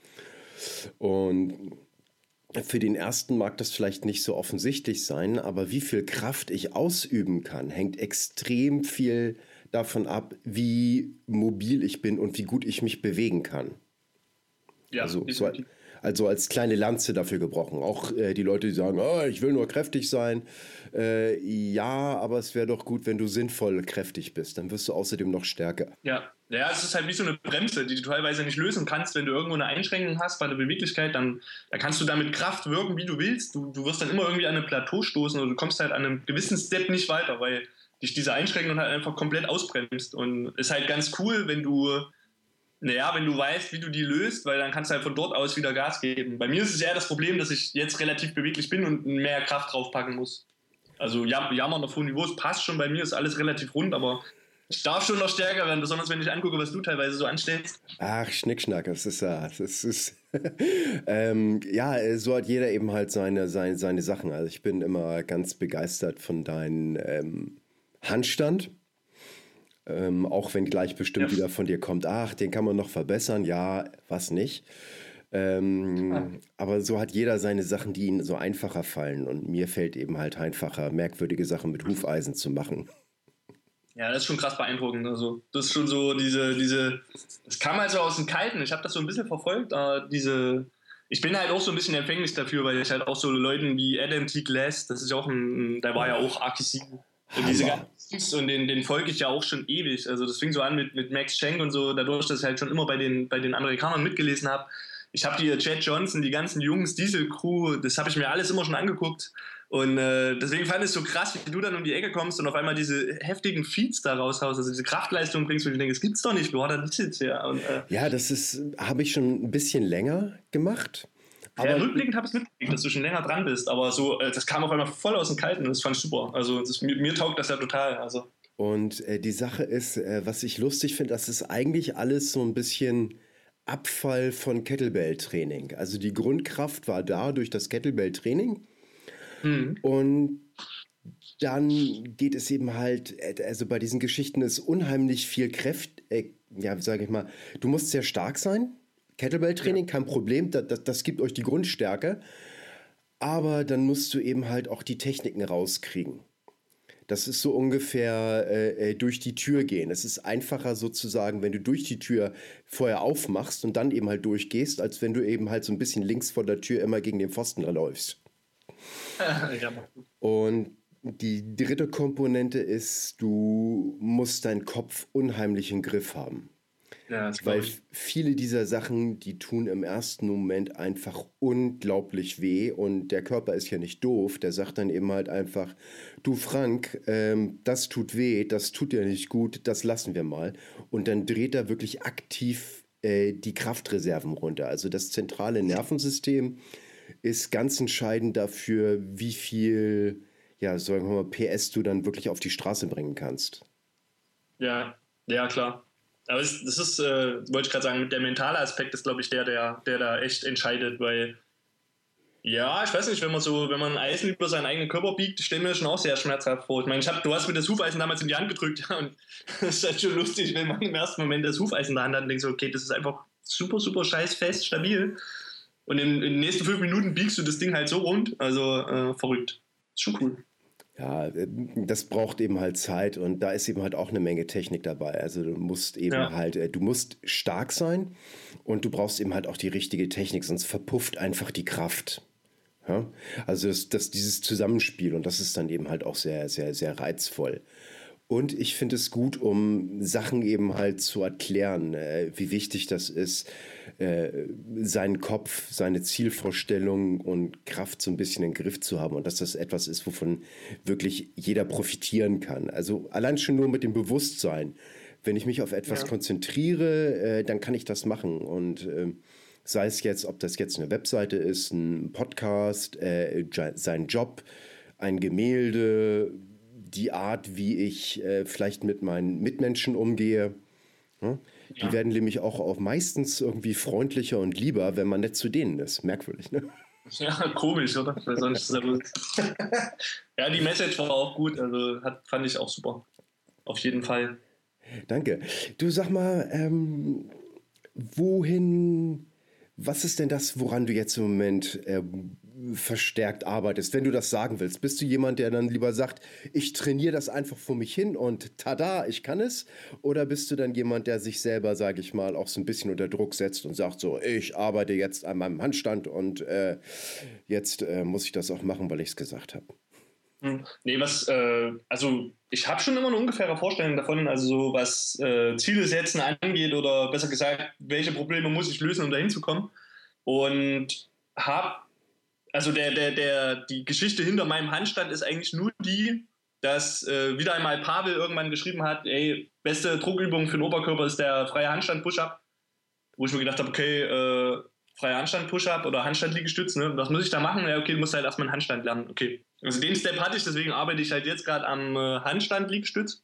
Und für den ersten mag das vielleicht nicht so offensichtlich sein, aber wie viel Kraft ich ausüben kann, hängt extrem viel davon ab, wie mobil ich bin und wie gut ich mich bewegen kann. Ja, also, so, also als kleine Lanze dafür gebrochen. Auch äh, die Leute, die sagen, oh, ich will nur kräftig sein. Äh, ja, aber es wäre doch gut, wenn du sinnvoll kräftig bist. Dann wirst du außerdem noch stärker. Ja, ja, es ist halt wie so eine Bremse, die du teilweise nicht lösen kannst. Wenn du irgendwo eine Einschränkung hast bei der Beweglichkeit, dann, dann kannst du damit Kraft wirken, wie du willst. Du, du wirst dann immer irgendwie an ein Plateau stoßen oder du kommst halt an einem gewissen Step nicht weiter, weil dich diese Einschränkung halt einfach komplett ausbremst. Und es ist halt ganz cool, wenn du, naja, wenn du weißt, wie du die löst, weil dann kannst du halt von dort aus wieder Gas geben. Bei mir ist es eher das Problem, dass ich jetzt relativ beweglich bin und mehr Kraft draufpacken muss. Also jammern auf hohem Niveau, es passt schon, bei mir ist alles relativ rund, aber ich darf schon noch stärker werden, besonders wenn ich angucke, was du teilweise so anstellst. Ach, Schnickschnack, das ist ja, das ist, ähm, ja, so hat jeder eben halt seine, seine, seine Sachen. Also ich bin immer ganz begeistert von deinem ähm, Handstand. Ähm, auch wenn gleich bestimmt ja. wieder von dir kommt, ach, den kann man noch verbessern, ja, was nicht. Ähm, ah. Aber so hat jeder seine Sachen, die ihm so einfacher fallen. Und mir fällt eben halt einfacher, merkwürdige Sachen mit Hufeisen zu machen. Ja, das ist schon krass beeindruckend. Also, das ist schon so diese, diese, das kam halt so aus dem Kalten. Ich habe das so ein bisschen verfolgt. Äh, diese, ich bin halt auch so ein bisschen empfänglich dafür, weil ich halt auch so Leuten wie Adam T. Glass, das ist ja auch ein, der war ja auch R K C. Und diese ganzen, und den, den folge ich ja auch schon ewig. Also das fing so an mit, mit Max Schenk und so, dadurch, dass ich halt schon immer bei den, bei den Amerikanern mitgelesen habe. Ich habe die Chad Johnson, die ganzen Jungs, Diesel Crew, das habe ich mir alles immer schon angeguckt. Und äh, deswegen fand ich es so krass, wie du dann um die Ecke kommst und auf einmal diese heftigen Feeds da raushaust, also diese Kraftleistung bringst, wo ich denke, das gibt's doch nicht, wo hat er das jetzt her? Und, äh, ja, das ist, habe ich schon ein bisschen länger gemacht. Aber ja, rückblickend habe ich es mitgekriegt, dass du schon länger dran bist, aber so, äh, das kam auf einmal voll aus dem Kalten und das fand ich super. Also das, mir, mir taugt das ja total. Also. Und äh, die Sache ist, äh, was ich lustig finde, das ist eigentlich alles so ein bisschen Abfall von Kettlebell-Training. Also die Grundkraft war da durch das Kettlebell-Training. Mhm. Und dann geht es eben halt, also bei diesen Geschichten ist unheimlich viel Kräfte, äh, ja, sage ich mal, du musst sehr stark sein. Kettlebell-Training, ja. Kein Problem, das, das, das gibt euch die Grundstärke. Aber dann musst du eben halt auch die Techniken rauskriegen. Das ist so ungefähr äh, durch die Tür gehen. Es ist einfacher sozusagen, wenn du durch die Tür vorher aufmachst und dann eben halt durchgehst, als wenn du eben halt so ein bisschen links vor der Tür immer gegen den Pfosten läufst. Ja. Und die dritte Komponente ist, du musst deinen Kopf unheimlich im Griff haben. Ja, das Weil glaube ich. viele dieser Sachen, die tun im ersten Moment einfach unglaublich weh und der Körper ist ja nicht doof, der sagt dann eben halt einfach, du Frank, ähm, das tut weh, das tut dir nicht gut, das lassen wir mal. Und dann dreht er wirklich aktiv äh, die Kraftreserven runter. Also das zentrale Nervensystem ist ganz entscheidend dafür, wie viel, ja, sagen wir mal, P S du dann wirklich auf die Straße bringen kannst. Ja, ja, klar. Aber das, das ist, äh, wollte ich gerade sagen, der mentale Aspekt ist, glaube ich, der, der, der da echt entscheidet, weil, ja, ich weiß nicht, wenn man so, wenn man Eisen über seinen eigenen Körper biegt, stelle mir das schon auch sehr schmerzhaft vor. Ich meine, ich hab, du hast mir das Hufeisen damals in die Hand gedrückt, ja, und das ist halt schon lustig, wenn man im ersten Moment das Hufeisen in der Hand hat und denkt so, okay, das ist einfach super, super scheiß fest, stabil. Und in, in den nächsten fünf Minuten biegst du das Ding halt so rund, also äh, verrückt. Ist schon cool. Ja, das braucht eben halt Zeit und da ist eben halt auch eine Menge Technik dabei. Also du musst eben Ja. halt, äh, du musst stark sein und du brauchst eben halt auch die richtige Technik, sonst verpufft einfach die Kraft. Ja? Also das, das, dieses Zusammenspiel und das ist dann eben halt auch sehr, sehr, sehr reizvoll. Und ich finde es gut, um Sachen eben halt zu erklären, äh, wie wichtig das ist, äh, seinen Kopf, seine Zielvorstellung und Kraft so ein bisschen in den Griff zu haben und dass das etwas ist, wovon wirklich jeder profitieren kann. Also allein schon nur mit dem Bewusstsein. Wenn ich mich auf etwas Ja. konzentriere, äh, dann kann ich das machen und äh, sei es jetzt, ob das jetzt eine Webseite ist, ein Podcast, äh, ja- sein Job, ein Gemälde, die Art, wie ich äh, vielleicht mit meinen Mitmenschen umgehe. Ne? Die Ja. werden nämlich auch, auch meistens irgendwie freundlicher und lieber, wenn man nett zu denen ist. Merkwürdig, ne? Ja, komisch, oder? Ich weiß auch nicht, was da los ist. Ja, die Message war auch gut, also hat, fand ich auch super. Auf jeden Fall. Danke. Du sag mal, ähm, wohin, was ist denn das, woran du jetzt im Moment äh, verstärkt arbeitest, wenn du das sagen willst? Bist du jemand, der dann lieber sagt, ich trainiere das einfach vor mich hin und tada, ich kann es? Oder bist du dann jemand, der sich selber, sage ich mal, auch so ein bisschen unter Druck setzt und sagt so, ich arbeite jetzt an meinem Handstand und äh, jetzt äh, muss ich das auch machen, weil ich es gesagt habe? Hm. Nee, was, äh, also ich habe schon immer eine ungefähre Vorstellung davon, also so was äh, Ziele setzen angeht oder besser gesagt, welche Probleme muss ich lösen, um dahin zu kommen. Und habe, also der, der, der, die Geschichte hinter meinem Handstand ist eigentlich nur die, dass äh, wieder einmal Pavel irgendwann geschrieben hat, ey, beste Druckübung für den Oberkörper ist der freie Handstand-Push-Up. Wo ich mir gedacht habe, okay, äh, freier Handstand-Push-Up oder Handstand-Liegestütz, ne? Was muss ich da machen? Ja, okay, du musst halt erstmal einen Handstand lernen. Okay. Also den Step hatte ich, deswegen arbeite ich halt jetzt gerade am äh, Handstand-Liegestütz.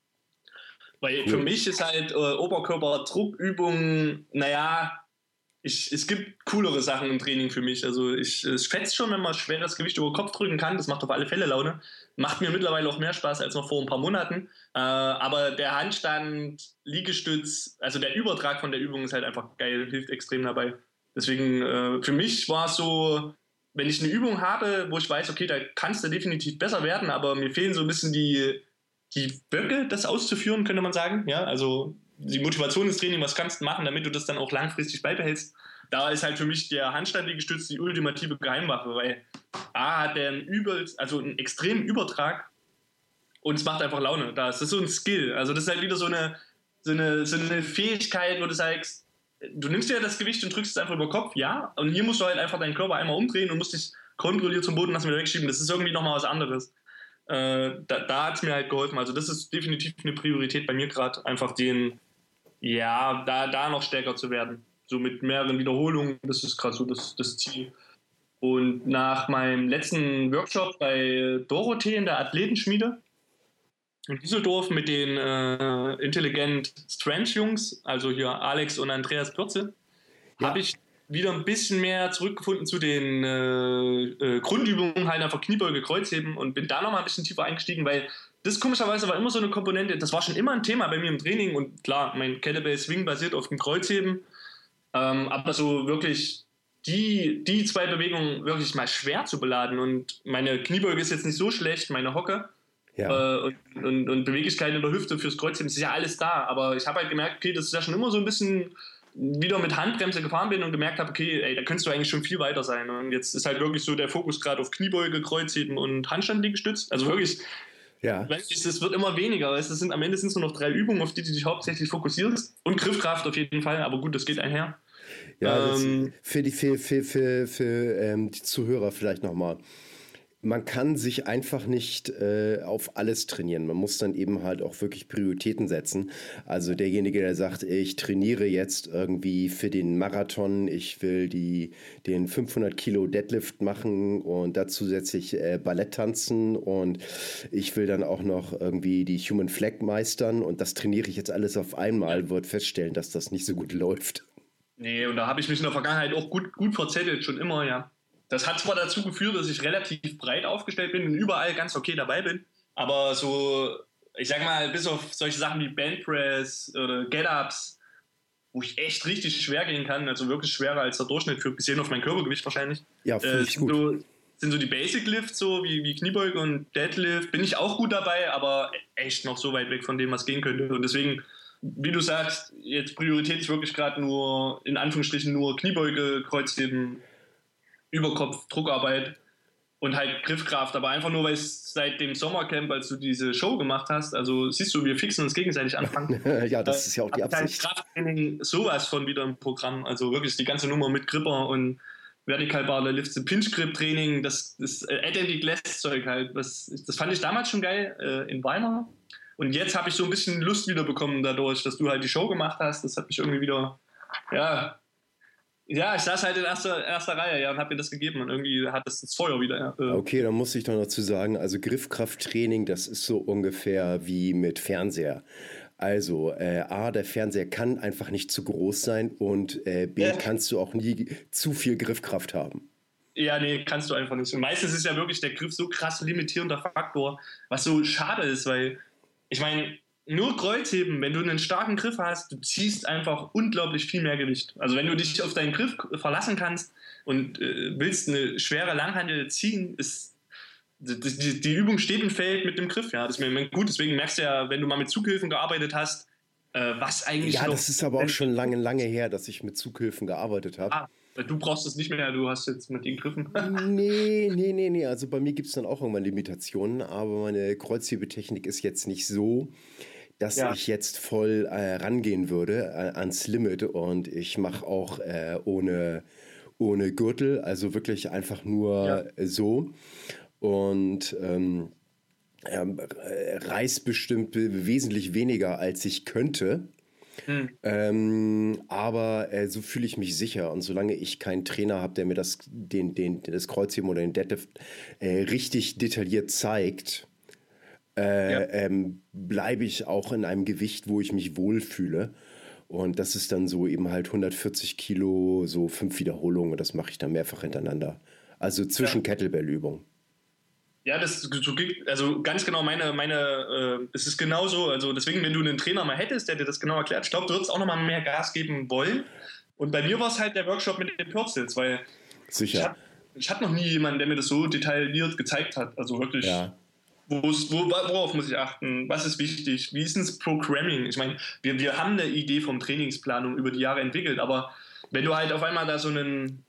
Weil Cool. für mich ist halt äh, Oberkörper-Druckübungen, naja, ich, es gibt coolere Sachen im Training für mich. Also ich, es fetzt schon, wenn man schweres Gewicht über den Kopf drücken kann. Das macht auf alle Fälle Laune. Macht mir mittlerweile auch mehr Spaß als noch vor ein paar Monaten. Äh, aber der Handstand, Liegestütz, also der Übertrag von der Übung ist halt einfach geil, hilft extrem dabei. Deswegen, äh, für mich war es so, wenn ich eine Übung habe, wo ich weiß, okay, da kannst du definitiv besser werden, aber mir fehlen so ein bisschen die, die Böcke, das auszuführen, könnte man sagen. Ja, also die Motivation ins Training, was kannst du machen, damit du das dann auch langfristig beibehältst. Da ist halt für mich der Handstand-Liegestütz die ultimative Geheimwaffe, weil A hat der einen übelst, also einen extremen Übertrag und es macht einfach Laune. Das ist so ein Skill. Also das ist halt wieder so eine, so eine, so eine Fähigkeit, wo du sagst, du nimmst dir das Gewicht und drückst es einfach über den Kopf, ja, und hier musst du halt einfach deinen Körper einmal umdrehen und musst dich kontrolliert zum Boden lassen, wieder wegschieben. Das ist irgendwie nochmal was anderes. Äh, da da hat es mir halt geholfen. Also das ist definitiv eine Priorität bei mir gerade, einfach den, ja, da, da noch stärker zu werden. So mit mehreren Wiederholungen, das ist gerade so das, das Ziel. Und nach meinem letzten Workshop bei Dorothee in der Athletenschmiede in Düsseldorf mit den äh, Intelligent Strength Jungs, also hier Alex und Andreas Pürze, Ja. habe ich wieder ein bisschen mehr zurückgefunden zu den äh, äh, Grundübungen, halt einfach Kniebeuge, Kreuzheben und bin da nochmal ein bisschen tiefer eingestiegen, weil das komischerweise war immer so eine Komponente, das war schon immer ein Thema bei mir im Training und klar, mein Kettlebell Swing basiert auf dem Kreuzheben, ähm, aber so wirklich die, die zwei Bewegungen wirklich mal schwer zu beladen und meine Kniebeuge ist jetzt nicht so schlecht, meine Hocke, Ja. äh, und, und, und Beweglichkeit in der Hüfte fürs Kreuzheben, das ist ja alles da, aber ich habe halt gemerkt, okay, das ist ja schon immer so ein bisschen wieder mit Handbremse gefahren bin und gemerkt habe, okay, ey, da könntest du eigentlich schon viel weiter sein. Und jetzt ist halt wirklich so der Fokus gerade auf Kniebeuge, Kreuzheben und Handstand-Liegestütz. Also wirklich Ja. Weißt du, es wird immer weniger. Weißt, du, es sind, am Ende sind es nur noch drei Übungen, auf die du dich hauptsächlich fokussierst. Und Griffkraft auf jeden Fall, aber gut, das geht einher. Ja, das Ähm, für die, für, für, für, für ähm, die Zuhörer vielleicht nochmal. Man kann sich einfach nicht äh, auf alles trainieren. Man muss dann eben halt auch wirklich Prioritäten setzen. Also derjenige, der sagt, ich trainiere jetzt irgendwie für den Marathon, ich will die, den fünfhundert Kilo Deadlift machen und dazu setze ich äh, Ballett tanzen und ich will dann auch noch irgendwie die Human Flag meistern und das trainiere ich jetzt alles auf einmal, wird feststellen, dass das nicht so gut läuft. nee, und da habe ich mich in der Vergangenheit auch gut, gut verzettelt, schon immer, ja. Das hat zwar dazu geführt, dass ich relativ breit aufgestellt bin und überall ganz okay dabei bin, aber so, ich sag mal, bis auf solche Sachen wie Bandpress oder Get-Ups, wo ich echt richtig schwer gehen kann, also wirklich schwerer als der Durchschnitt, für gesehen auf mein Körpergewicht wahrscheinlich, Ja, finde äh, ich sind, gut. so, sind so die Basic-Lifts, so wie, wie Kniebeuge und Deadlift, bin ich auch gut dabei, aber echt noch so weit weg von dem, was gehen könnte. Und deswegen, wie du sagst, jetzt Priorität ist wirklich gerade nur, in Anführungsstrichen, nur Kniebeuge, Kreuzheben, Überkopf, Druckarbeit und halt Griffkraft, aber einfach nur, weil es seit dem Sommercamp, als du diese Show gemacht hast, also siehst du, wir fixen uns gegenseitig anfangen. Ja, das ist ja auch die Hab halt Absicht. Krafttraining sowas von wieder im Programm, also wirklich die ganze Nummer mit Gripper und Vertikalbare Lifts, Pinch-Grip-Training, das, das Add-and-Glass-Zeug halt, das, das fand ich damals schon geil äh, in Weimar und jetzt habe ich so ein bisschen Lust wieder bekommen dadurch, dass du halt die Show gemacht hast, das hat mich irgendwie wieder, ja, Ja, ich saß halt in erster, erster Reihe, ja, und hab mir das gegeben und irgendwie hat das das Feuer wieder. Äh. Okay, dann muss ich doch noch zu sagen, also Griffkrafttraining, das ist so ungefähr wie mit Fernseher. Also äh, A, der Fernseher kann einfach nicht zu groß sein und äh, B, Ja. kannst du auch nie zu viel Griffkraft haben. Ja, nee, kannst du einfach nicht. Und meistens ist ja wirklich der Griff so krass limitierender Faktor, was so schade ist, weil ich meine, nur Kreuzheben, wenn du einen starken Griff hast, du ziehst einfach unglaublich viel mehr Gewicht. Also wenn du dich auf deinen Griff verlassen kannst und äh, willst eine schwere Langhantel ziehen, ist die, die, die Übung steht und fällt mit dem Griff. Ja, das ist mir gut. Deswegen merkst du ja, wenn du mal mit Zughilfen gearbeitet hast, äh, was eigentlich Ja, noch, das ist aber auch schon lange, lange her, dass ich mit Zughilfen gearbeitet habe. Ah, du brauchst es nicht mehr, du hast jetzt mit den Griffen. Nee, nee, nee, nee. Also bei mir gibt es dann auch irgendwann Limitationen, aber meine Kreuzhebetechnik ist jetzt nicht so, dass Ja. ich jetzt voll äh, rangehen würde äh, ans Limit und ich mache auch äh, ohne, ohne Gürtel, also wirklich einfach nur Ja. äh, so und ähm, ähm, äh, reiß bestimmt wesentlich weniger, als ich könnte. Hm. Ähm, aber äh, so fühle ich mich sicher. Und solange ich keinen Trainer habe, der mir das, den, den, das Kreuzheben oder den Deadlift äh, richtig detailliert zeigt, äh, Ja. ähm, bleibe ich auch in einem Gewicht, wo ich mich wohlfühle. Und das ist dann so eben halt hundertvierzig Kilo, so fünf Wiederholungen. Und das mache ich dann mehrfach hintereinander. Also zwischen Ja. Kettlebell-Übungen. Ja, das so, geht- also ganz genau meine, meine, äh, es ist genauso, also deswegen, wenn du einen Trainer mal hättest, der dir das genau erklärt, ich glaube, du würdest auch nochmal mehr Gas geben wollen. Und bei mir war es halt der Workshop mit den Pürzels, weil ich Sicher. hatte ich hatte noch nie jemanden, der mir das so detailliert gezeigt hat. Also wirklich, Ja. wo ist, wo, worauf muss ich achten, was ist wichtig, wie ist denn das Programming? Ich meine, wir, wir haben eine Idee vom Trainingsplanung über die Jahre entwickelt, aber wenn du halt auf einmal da so einen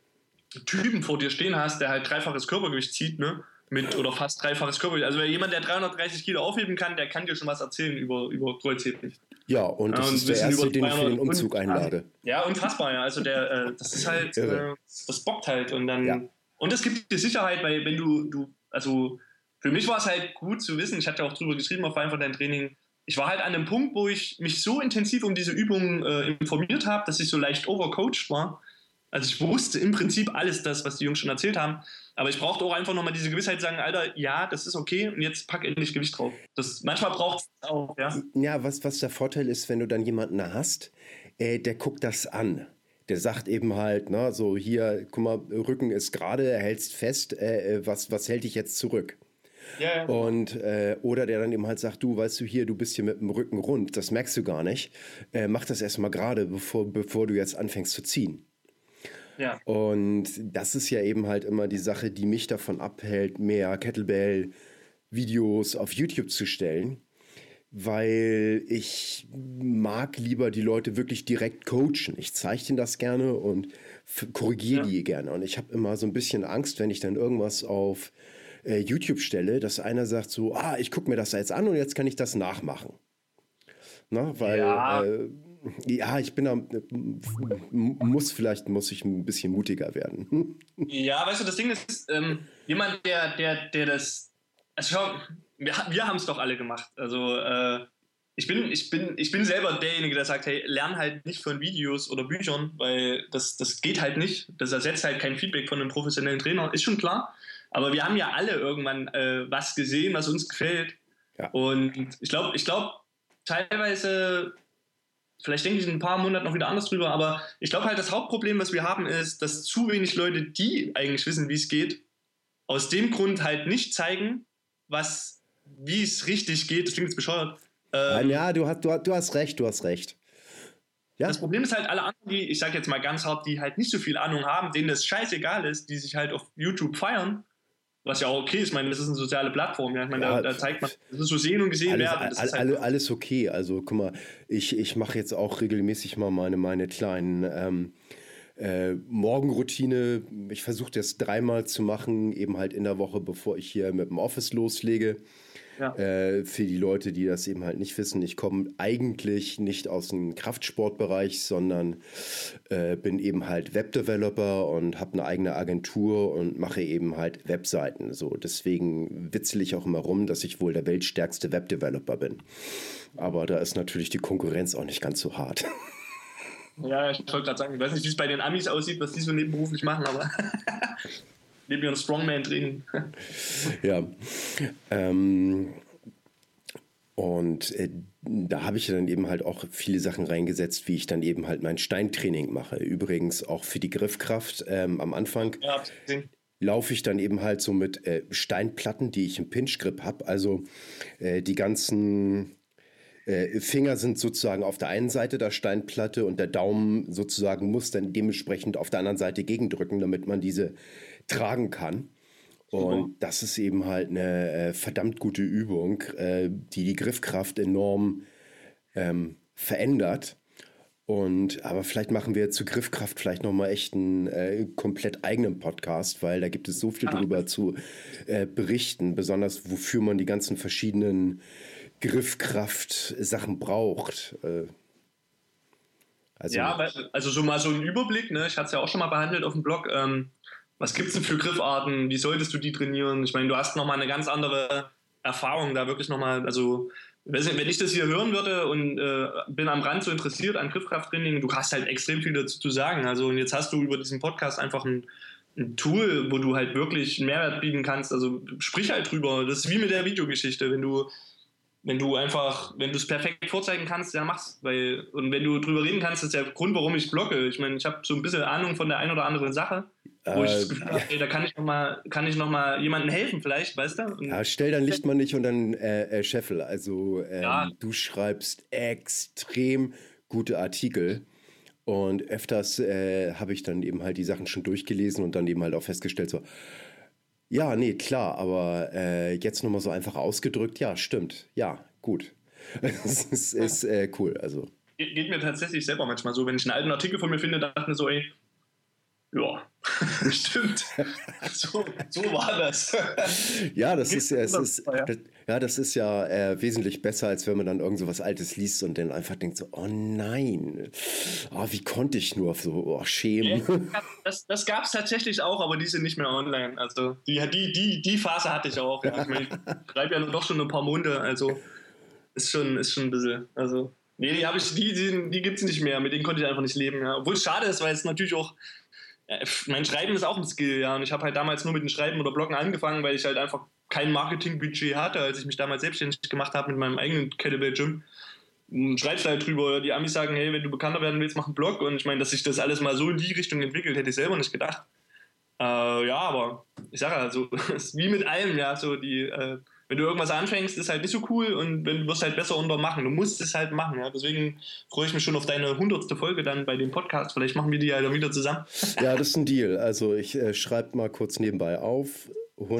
Typen vor dir stehen hast, der halt dreifaches Körpergewicht zieht, ne? Mit, oder fast dreifaches Körpergewicht. Also jemand, der dreihundertdreißig Kilo aufheben kann, der kann dir schon was erzählen über, über Kreuzheben. Ja, und das Ja, und ist der Wissen erste, über den ich für den zweihundert Umzug und- einlade. Ja, unfassbar, ja. Also der, äh, das ist halt, Irre. äh, das bockt halt. Und dann, Ja. und es gibt dir Sicherheit, weil wenn du, du, also für mich war es halt gut zu wissen, ich hatte ja auch drüber geschrieben auf einfach dein Training, ich war halt an einem Punkt, wo ich mich so intensiv um diese Übungen äh, informiert habe, dass ich so leicht overcoached war. Also ich wusste im Prinzip alles das, was die Jungs schon erzählt haben, aber ich brauchte auch einfach nochmal diese Gewissheit, sagen, Alter, ja, das ist okay und jetzt pack endlich Gewicht drauf. Das, manchmal braucht es auch, ja. Ja, was, was der Vorteil ist, wenn du dann jemanden da hast, äh, der guckt das an. Der sagt eben halt, ne, so hier, guck mal, Rücken ist gerade, hältst fest, äh, was, was hält dich jetzt zurück? Ja, ja. Und, äh, oder der dann eben halt sagt, du, weißt du, hier, du bist hier mit dem Rücken rund, das merkst du gar nicht. Äh, mach das erstmal gerade, bevor, bevor du jetzt anfängst zu ziehen. Ja. Und das ist ja eben halt immer die Sache, die mich davon abhält, mehr Kettlebell-Videos auf YouTube zu stellen, weil ich mag lieber die Leute wirklich direkt coachen. Ich zeige denen das gerne und f- korrigiere Ja. die gerne. Und ich habe immer so ein bisschen Angst, wenn ich dann irgendwas auf äh, YouTube stelle, dass einer sagt so, ah, ich gucke mir das jetzt an und jetzt kann ich das nachmachen. Na, weil, Ja, äh, ja, ich bin da, muss, vielleicht muss ich ein bisschen mutiger werden. ja, weißt du, das Ding ist, ähm, jemand, der, der, der das, also schau, wir, wir haben es doch alle gemacht. Also äh, ich bin, ich bin, ich bin selber derjenige, der sagt, hey, lern halt nicht von Videos oder Büchern, weil das, das geht halt nicht. Das ersetzt halt kein Feedback von einem professionellen Trainer, ist schon klar. Aber wir haben ja alle irgendwann äh, was gesehen, was uns gefällt. Ja. Und ich glaube, ich glaube, teilweise, vielleicht denke ich in ein paar Monaten noch wieder anders drüber, aber ich glaube halt, das Hauptproblem, was wir haben, ist, dass zu wenig Leute, die eigentlich wissen, wie es geht, aus dem Grund halt nicht zeigen, was, wie es richtig geht. Das klingt jetzt bescheuert. Ähm, ja, du hast, du, du hast recht, du hast recht. Ja. Das Problem ist halt, alle anderen, die, ich sag jetzt mal ganz hart, die halt nicht so viel Ahnung haben, denen das scheißegal ist, die sich halt auf YouTube feiern, was ja auch okay ist, ich meine, das ist eine soziale Plattform, ja, ich meine, Ja, da, da zeigt man, das ist so sehen und gesehen alles, werden. Das all, ist halt all, alles okay. Also guck mal, ich, ich mache jetzt auch regelmäßig mal meine, meine kleinen ähm, äh, Morgenroutine. Ich versuche das dreimal zu machen, eben halt in der Woche, bevor ich hier mit dem Office loslege. Ja. Äh, für die Leute, die das eben halt nicht wissen, ich komme eigentlich nicht aus dem Kraftsportbereich, sondern äh, bin eben halt Webdeveloper und habe eine eigene Agentur und mache eben halt Webseiten. So, deswegen witzel ich auch immer rum, dass ich wohl der weltstärkste Webdeveloper bin. Aber da ist natürlich die Konkurrenz auch nicht ganz so hart. Ja, ich wollte gerade sagen, ich weiß nicht, wie es bei den Amis aussieht, was die so nebenberuflich machen, aber neben ihrem Strongman-Training. Ja. Ähm, und äh, da habe ich dann eben halt auch viele Sachen reingesetzt, wie ich dann eben halt mein Steintraining mache. Übrigens auch für die Griffkraft ähm, am Anfang. Ja, hab's gesehen. Laufe ich dann eben halt so mit äh, Steinplatten, die ich im Pinch-Grip habe. Also äh, die ganzen äh, Finger sind sozusagen auf der einen Seite der Steinplatte und der Daumen sozusagen muss dann dementsprechend auf der anderen Seite gegendrücken, damit man diese tragen kann. Und das ist eben halt eine äh, verdammt gute Übung, äh, die die Griffkraft enorm ähm, verändert. Und aber vielleicht machen wir zu Griffkraft vielleicht nochmal echt einen äh, komplett eigenen Podcast, weil da gibt es so viel drüber zu äh, berichten, besonders wofür man die ganzen verschiedenen Griffkraft-Sachen braucht. Äh, also, Ja, also so mal so ein Überblick, ne? Ich hatte es ja auch schon mal behandelt auf dem Blog. Ähm, was gibt es denn für Griffarten? Wie solltest du die trainieren? Ich meine, du hast nochmal eine ganz andere Erfahrung da wirklich nochmal, also wenn ich das hier hören würde und äh, bin am Rand so interessiert an Griffkrafttraining, du hast halt extrem viel dazu zu sagen. Also und jetzt hast du über diesen Podcast einfach ein, ein Tool, wo du halt wirklich einen Mehrwert bieten kannst. Also sprich halt drüber. Das ist wie mit der Videogeschichte. Wenn du Wenn du einfach, wenn du es perfekt vorzeigen kannst, ja mach's. Weil, und wenn du drüber reden kannst, ist der Grund, warum ich blogge. Ich meine, ich habe so ein bisschen Ahnung von der einen oder anderen Sache, wo äh, ich das Gefühl habe, ey, da kann ich nochmal, kann ich noch mal jemandem helfen vielleicht, weißt du? Und ja, stell dann Lichtmann nicht und dann äh, äh, Scheffel. Also ähm, ja. Du schreibst extrem gute Artikel. Und öfters äh, habe ich dann eben halt die Sachen schon durchgelesen und dann eben halt auch festgestellt, so, ja, nee, klar, aber äh, jetzt nochmal so einfach ausgedrückt, ja, stimmt, ja, gut. Das ist, ist äh, cool, also. Ge geht mir tatsächlich selber manchmal so, wenn ich einen alten Artikel von mir finde, dachte ich mir so, ey, ja, stimmt. So, so war das. Ja, das ist ja, es ist, das, ja, das ist ja äh, wesentlich besser, als wenn man dann irgend so was Altes liest und dann einfach denkt so, oh nein, oh, wie konnte ich nur so, oh, schämen. Ja, das das gab es tatsächlich auch, aber die sind nicht mehr online. Also die, die, die, die Phase hatte ich auch. Ja. Ich, mein, ich schreibe ja doch schon ein paar Monate, also ist schon, ist schon ein bisschen, also nee, die habe ich, die, die, die gibt es nicht mehr, mit denen konnte ich einfach nicht leben. Ja. Obwohl es schade ist, weil es natürlich auch mein Schreiben ist auch ein Skill, ja, und ich habe halt damals nur mit dem Schreiben oder Bloggen angefangen, weil ich halt einfach kein Marketingbudget hatte, als ich mich damals selbstständig gemacht habe mit meinem eigenen Kettlebell-Gym. Schreibst halt drüber, die Amis sagen, hey, wenn du bekannter werden willst, mach einen Blog, und ich meine, dass sich das alles mal so in die Richtung entwickelt, hätte ich selber nicht gedacht. Äh, ja, aber ich sage halt so, es ist wie mit allem, ja, so die, äh, wenn du irgendwas anfängst, ist halt nicht so cool, und wenn du wirst halt besser unter machen. Du musst es halt machen, ja. Deswegen freue ich mich schon auf deine hundertste Folge dann bei dem Podcast. Vielleicht machen wir die ja dann wieder zusammen. Ja, das ist ein Deal. Also ich äh, schreibe mal kurz nebenbei auf.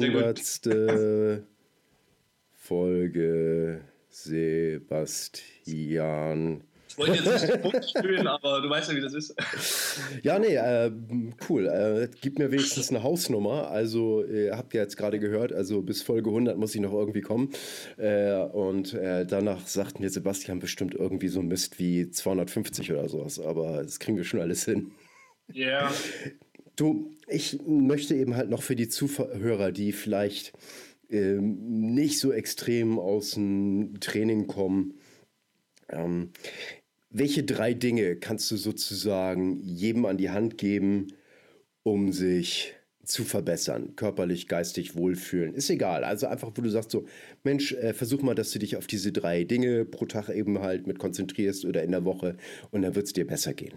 hundertste Folge Sebastian wollte jetzt nicht den Punkt spielen, aber du weißt ja, wie das ist. Ja, nee, äh, cool. Äh, gib mir wenigstens eine Hausnummer. Also, ihr habt ja jetzt gerade gehört, also bis Folge hundert muss ich noch irgendwie kommen. Äh, und äh, danach sagt mir Sebastian bestimmt irgendwie so Mist wie zweihundertfünfzig oder sowas. Aber das kriegen wir schon alles hin. Ja. Yeah. Du, ich möchte eben halt noch für die Zuhörer, die vielleicht ähm, nicht so extrem aus dem Training kommen, ähm, welche drei Dinge kannst du sozusagen jedem an die Hand geben, um sich zu verbessern, körperlich, geistig wohlfühlen? Ist egal, also einfach, wo du sagst so, Mensch, äh, versuch mal, dass du dich auf diese drei Dinge pro Tag eben halt mit konzentrierst oder in der Woche und dann wird es dir besser gehen.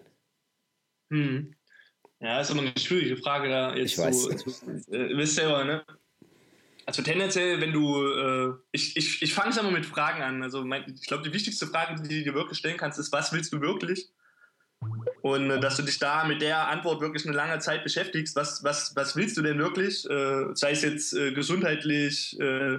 Hm. Ja, ist immer eine schwierige Frage da jetzt. Ich weiß. So, so, äh, wisst selber, ne? Also tendenziell, wenn du, äh, ich, ich, ich fange es immer mit Fragen an. Also mein, ich glaube, die wichtigste Frage, die du dir wirklich stellen kannst, ist, was willst du wirklich? Und äh, dass du dich da mit der Antwort wirklich eine lange Zeit beschäftigst. Was, was, was willst du denn wirklich? Äh, sei es jetzt äh, gesundheitlich, äh,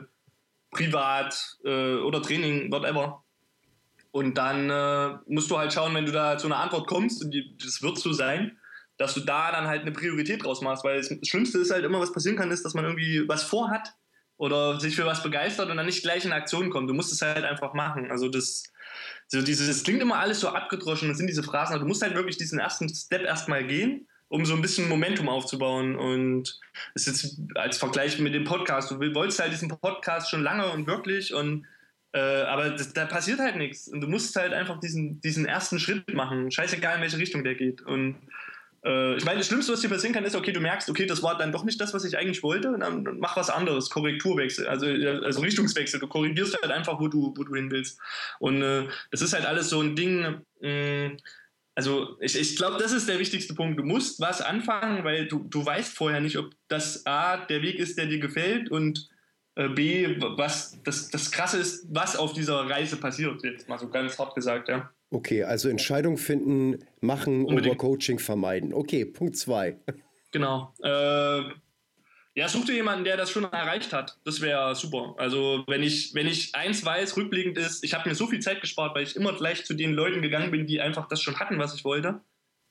privat äh, oder Training, whatever. Und dann äh, musst du halt schauen, wenn du da zu einer Antwort kommst, und die, das wird so sein, dass du da dann halt eine Priorität draus machst, weil das Schlimmste ist halt immer, was passieren kann, ist, dass man irgendwie was vorhat oder sich für was begeistert und dann nicht gleich in Aktion kommt. Du musst es halt einfach machen. Also das, so dieses, das klingt immer alles so abgedroschen, das sind diese Phrasen, aber du musst halt wirklich diesen ersten Step erstmal gehen, um so ein bisschen Momentum aufzubauen. Und das ist jetzt als Vergleich mit dem Podcast, du wolltest halt diesen Podcast schon lange und wirklich und Äh, aber das, da passiert halt nichts. Und du musst halt einfach diesen, diesen ersten Schritt machen. Scheißegal, in welche Richtung der geht. Und äh, ich meine, das Schlimmste, was dir passieren kann, ist, okay, du merkst, okay, das war dann doch nicht das, was ich eigentlich wollte. Und dann, dann mach was anderes. Korrekturwechsel, also, also Richtungswechsel. Du korrigierst halt einfach, wo du, wo du hin willst. Und äh, das ist halt alles so ein Ding. Mh, also ich, ich glaube, das ist der wichtigste Punkt. Du musst was anfangen, weil du, du weißt vorher nicht, ob das A, der Weg ist, der dir gefällt und B, was das, das Krasse ist, was auf dieser Reise passiert, jetzt mal so ganz hart gesagt, ja. Okay, also Entscheidung finden, machen, Unbedingt. Overcoaching vermeiden. Okay, Punkt zwei. Genau. Äh, ja, such dir jemanden, der das schon erreicht hat. Das wäre super. Also wenn ich, wenn ich eins weiß, rückblickend ist, ich habe mir so viel Zeit gespart, weil ich immer gleich zu den Leuten gegangen bin, die einfach das schon hatten, was ich wollte.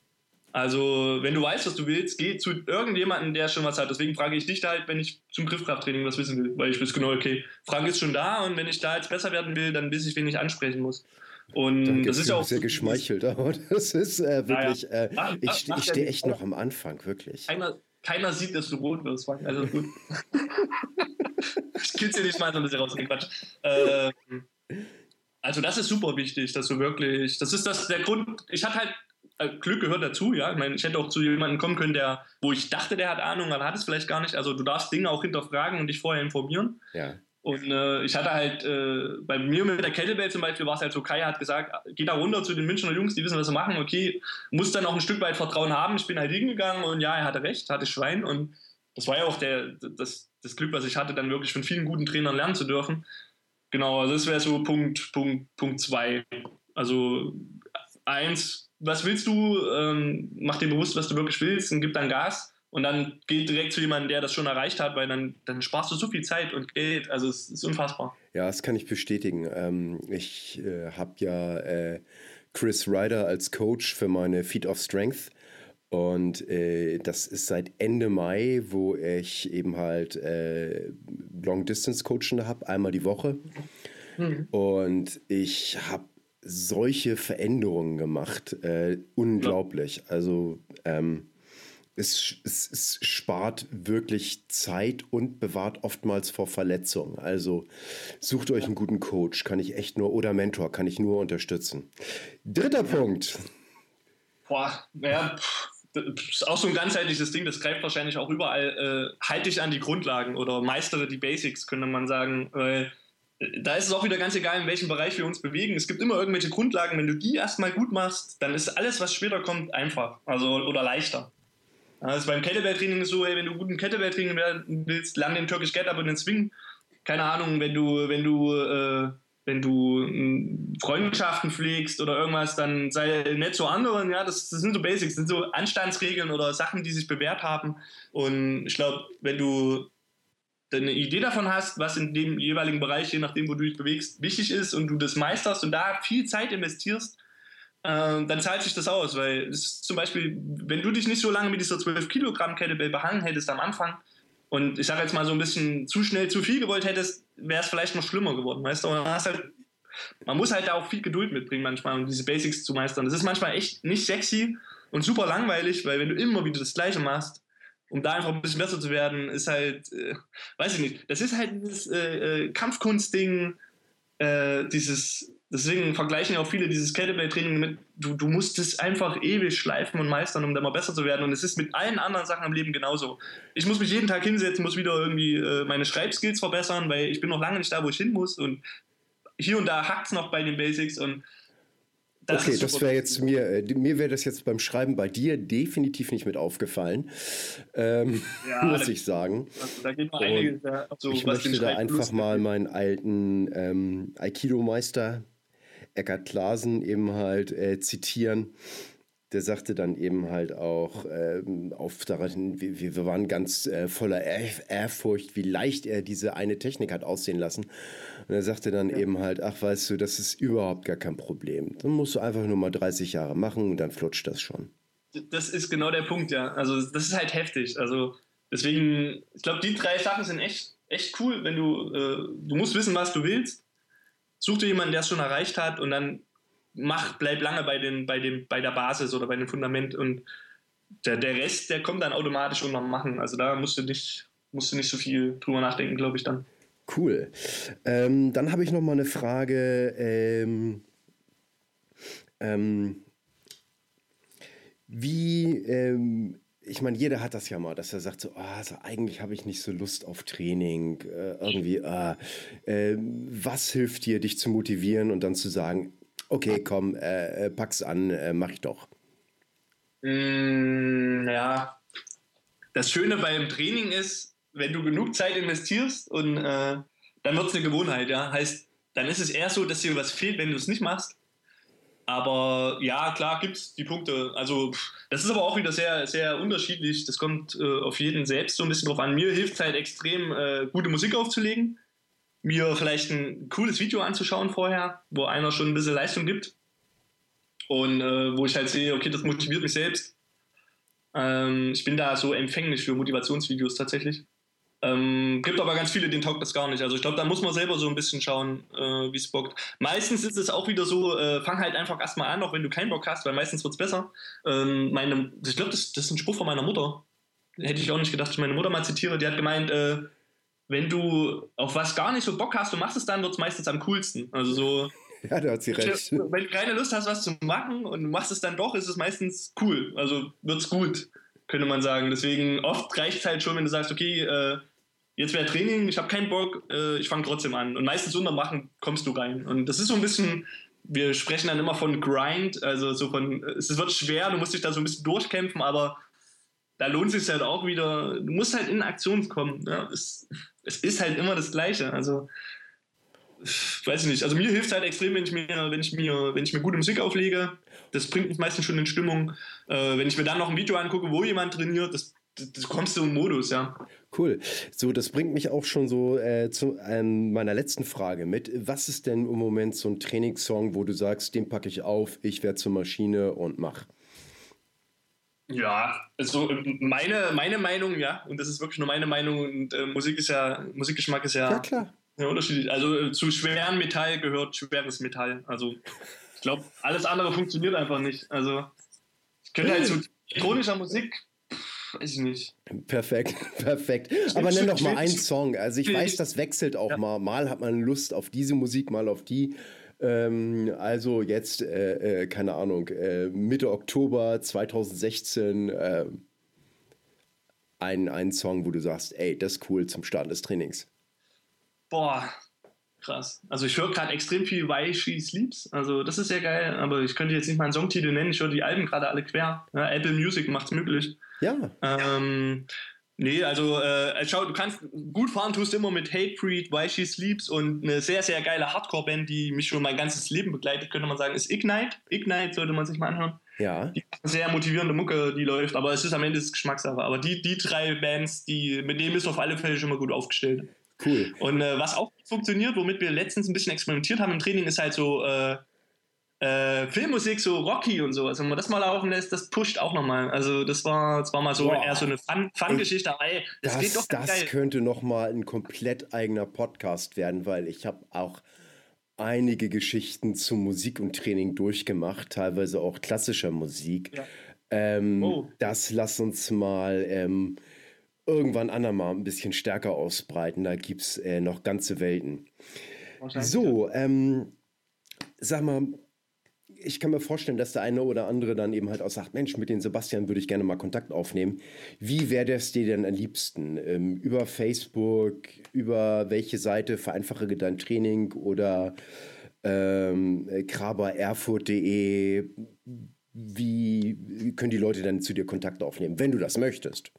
Also, wenn du weißt, was du willst, geh zu irgendjemandem, der schon was hat. Deswegen frage ich dich da halt, wenn ich zum Griffkrafttraining was wissen will. Weil ich weiß genau, okay, Frank ist schon da und wenn ich da jetzt besser werden will, dann weiß ich, wen ich ansprechen muss. Und Danke, das ist ja auch sehr so, geschmeichelt, aber das ist äh, wirklich, ja. äh, ach, ich, ach, ich stehe echt noch am Anfang, wirklich. Keiner, keiner sieht, dass du rot wirst, Frank. Also gut. Ich kill's dir nicht mal, sondern das ist raus. Quatsch. Ähm, also das ist super wichtig, dass du wirklich, das ist das, der Grund, ich hatte halt Glück gehört dazu, ja. Ich meine, ich hätte auch zu jemandem kommen können, der, wo ich dachte, der hat Ahnung, aber hat es vielleicht gar nicht. Also du darfst Dinge auch hinterfragen und dich vorher informieren. Ja. Und äh, ich hatte halt, äh, bei mir mit der Kettlebell zum Beispiel war es halt so, Kai hat gesagt, geh da runter zu den Münchner Jungs, die wissen, was sie machen. Okay, muss dann auch ein Stück weit Vertrauen haben. Ich bin halt hingegangen und ja, er hatte recht, hatte Schwein. Und das war ja auch der, das, das Glück, was ich hatte, dann wirklich von vielen guten Trainern lernen zu dürfen. Genau, also das wäre so Punkt, Punkt, Punkt zwei. Also eins, was willst du, ähm, mach dir bewusst, was du wirklich willst und gib dann Gas und dann geh direkt zu jemandem, der das schon erreicht hat, weil dann, dann sparst du so viel Zeit und Geld, also es ist unfassbar. Ja, das kann ich bestätigen. Ähm, ich äh, habe ja äh, Chris Ryder als Coach für meine Feet of Strength und äh, das ist seit Ende Mai, wo ich eben halt äh, Long Distance Coaching habe, einmal die Woche mhm. und ich habe solche Veränderungen gemacht. Äh, unglaublich. Ja. Also ähm, es, es, es spart wirklich Zeit und bewahrt oftmals vor Verletzungen. Also sucht euch einen guten Coach, kann ich echt nur, oder Mentor, kann ich nur unterstützen. Dritter ja. Punkt. Boah, naja, das ist auch so ein ganzheitliches Ding, das greift wahrscheinlich auch überall. Äh, halt dich an die Grundlagen oder meistere die Basics, könnte man sagen, weil da ist es auch wieder ganz egal, in welchem Bereich wir uns bewegen. Es gibt immer irgendwelche Grundlagen. Wenn du die erstmal gut machst, dann ist alles, was später kommt, einfach. Also, oder leichter. Also beim Kettlebell-Training ist so, ey, wenn du gut im Kettlebell-Training werden willst, lern den Turkish Get-Up und den Swing. Keine Ahnung, wenn du, wenn du, äh, wenn du äh, Freundschaften pflegst oder irgendwas, dann sei nett zu anderen. Ja, das, das sind so Basics, das sind so Anstandsregeln oder Sachen, die sich bewährt haben. Und ich glaube, wenn du eine Idee davon hast, was in dem jeweiligen Bereich, je nachdem, wo du dich bewegst, wichtig ist und du das meisterst und da viel Zeit investierst, äh, dann zahlt sich das aus, weil es ist zum Beispiel, wenn du dich nicht so lange mit dieser zwölf Kilogramm Kettlebell behangen hättest am Anfang und ich sage jetzt mal so ein bisschen zu schnell zu viel gewollt hättest, wäre es vielleicht noch schlimmer geworden, weißt du? Und dann hast halt, man muss halt da auch viel Geduld mitbringen manchmal, um diese Basics zu meistern. Das ist manchmal echt nicht sexy und super langweilig, weil wenn du immer wieder das Gleiche machst, um da einfach ein bisschen besser zu werden, ist halt, äh, weiß ich nicht, das ist halt dieses äh, äh, Kampfkunstding, äh, dieses, deswegen vergleichen ja auch viele dieses Kettlebell-Training mit, du, du musst es einfach ewig schleifen und meistern, um da mal besser zu werden. Und es ist mit allen anderen Sachen im Leben genauso. Ich muss mich jeden Tag hinsetzen, muss wieder irgendwie äh, meine Schreibskills verbessern, weil ich bin noch lange nicht da, wo ich hin muss. Und hier und da hackt es noch bei den Basics. Und das okay, das wäre jetzt mir, äh, mir wäre das jetzt beim Schreiben bei dir definitiv nicht mit aufgefallen, ähm, ja, muss ich sagen. Also, da geht mal einiges, ja, so, ich möchte da einfach mal meinen alten ähm, Aikido-Meister Eckhard Klaasen eben halt äh, zitieren. Der sagte dann eben halt auch ähm, auf daran, wir, wir waren ganz äh, voller Ehrfurcht, wie leicht er diese eine Technik hat aussehen lassen. Und er sagte dann ja. eben halt, ach weißt du, das ist überhaupt gar kein Problem. Dann musst du einfach nur mal dreißig Jahre machen und dann flutscht das schon. Das ist genau der Punkt, ja. Also das ist halt heftig. Also deswegen, ich glaube, die drei Sachen sind echt, echt cool, wenn du, äh, du musst wissen, was du willst. Such dir jemanden, der es schon erreicht hat und dann mach, bleib lange bei, den, bei, dem, bei der Basis oder bei dem Fundament und der, der Rest, der kommt dann automatisch unterm Machen. Also da musst du nicht, musst du nicht so viel drüber nachdenken, glaube ich dann. Cool. Ähm, dann habe ich noch mal eine Frage. Ähm, ähm, wie, ähm, ich meine, jeder hat das ja mal, dass er sagt so, oh, also eigentlich habe ich nicht so Lust auf Training. Äh, irgendwie, äh, äh, was hilft dir, dich zu motivieren und dann zu sagen, okay, komm, äh, pack's an, äh, mach ich doch. Mm, ja, das Schöne beim Training ist, wenn du genug Zeit investierst und äh, dann wird es eine Gewohnheit, ja. Heißt, dann ist es eher so, dass dir was fehlt, wenn du es nicht machst. Aber ja, klar gibt es die Punkte. Also das ist aber auch wieder sehr, sehr unterschiedlich. Das kommt äh, auf jeden selbst so ein bisschen drauf an. Mir hilft es halt extrem, äh, gute Musik aufzulegen. Mir vielleicht ein cooles Video anzuschauen vorher, wo einer schon ein bisschen Leistung gibt und äh, wo ich halt sehe, okay, das motiviert mich selbst. Ähm, ich bin da so empfänglich für Motivationsvideos tatsächlich. Ähm, gibt aber ganz viele, denen taugt das gar nicht. Also ich glaube, da muss man selber so ein bisschen schauen, äh, wie es bockt. Meistens ist es auch wieder so, äh, fang halt einfach erstmal an, auch wenn du keinen Bock hast, weil meistens wird es besser. Ähm, meine, ich glaube, das, das ist ein Spruch von meiner Mutter. Hätte ich auch nicht gedacht, dass ich meine Mutter mal zitiere. Die hat gemeint, äh, wenn du auf was gar nicht so Bock hast und machst es dann, wird es meistens am coolsten. Also so. Ja, da hat sie recht. Wenn du keine Lust hast, was zu machen und du machst es dann doch, ist es meistens cool. Also wird es gut, könnte man sagen. Deswegen oft reicht es halt schon, wenn du sagst, okay, äh, jetzt wäre Training, ich habe keinen Bock, äh, ich fange trotzdem an. Und meistens unter Machen kommst du rein. Und das ist so ein bisschen, wir sprechen dann immer von Grind, also so von, es wird schwer, du musst dich da so ein bisschen durchkämpfen, aber da lohnt es sich halt auch wieder, du musst halt in Aktion kommen. Ja? Es, es ist halt immer das Gleiche. Also, weiß ich nicht. Also mir hilft es halt extrem, wenn ich mir, wenn ich mir, wenn ich mir gute Musik auflege. Das bringt mich meistens schon in Stimmung. Äh, wenn ich mir dann noch ein Video angucke, wo jemand trainiert, das, das, das kommst du im Modus, ja. Cool. So, das bringt mich auch schon so äh, zu ähm, meiner letzten Frage mit. Was ist denn im Moment so ein Trainingssong, wo du sagst, den packe ich auf, ich werde zur Maschine und mach? Ja, also meine, meine Meinung, ja, und das ist wirklich nur meine Meinung und äh, Musik ist ja, Musikgeschmack ist ja, ja klar. Ja, unterschiedlich. Also äh, zu schweren Metall gehört schweres Metall. Also ich glaube, alles andere funktioniert einfach nicht. Also ich könnte halt zu elektronischer Musik, pff, weiß ich nicht. Perfekt, perfekt. Aber nenn doch mal einen Song. Also ich weiß, das wechselt auch ja. mal. Mal hat man Lust auf diese Musik, mal auf die. Also jetzt, äh, äh, keine Ahnung, äh, Mitte Oktober zwanzig sechzehn äh, ein, ein Song, wo du sagst, ey, das ist cool zum Start des Trainings. Boah, krass. Also ich höre gerade extrem viel Why She Sleeps, also das ist sehr geil, aber ich könnte jetzt nicht mal einen Songtitel nennen, ich höre die Alben gerade alle quer. Ja, Apple Music macht es möglich. Ja. Ähm, Nee, also äh, schau, du kannst gut fahren, tust immer mit Hatebreed, Why She Sleeps und eine sehr, sehr geile Hardcore-Band, die mich schon mein ganzes Leben begleitet, könnte man sagen, ist Ignite. Ignite sollte man sich mal anhören. Ja. Die sehr motivierende Mucke, die läuft, aber es ist am Ende ist Geschmackssache. Aber die, die drei Bands, die, mit denen bist du auf alle Fälle schon mal gut aufgestellt. Cool. Und äh, was auch funktioniert, womit wir letztens ein bisschen experimentiert haben im Training, ist halt so äh, äh, Filmmusik, so Rocky und sowas. Wenn man das mal laufen lässt, das pusht auch nochmal. Also das war, das war mal so wow. eher so eine Fun- Fun-Geschichte. Fun das das, doch das geil. Könnte nochmal ein komplett eigener Podcast werden, weil ich habe auch einige Geschichten zu Musik und Training durchgemacht, teilweise auch klassischer Musik. Ja. Ähm, oh. Das lass uns mal ähm, irgendwann andermal ein bisschen stärker ausbreiten. Da gibt es äh, noch ganze Welten. So, ähm, sag mal, ich kann mir vorstellen, dass der eine oder andere dann eben halt auch sagt, Mensch, mit den Sebastian würde ich gerne mal Kontakt aufnehmen. Wie wäre das dir denn am liebsten? Ähm, über Facebook, über welche Seite vereinfache dein Training oder ähm, kraber erfurt punkt de? Wie können die Leute dann zu dir Kontakt aufnehmen, wenn du das möchtest?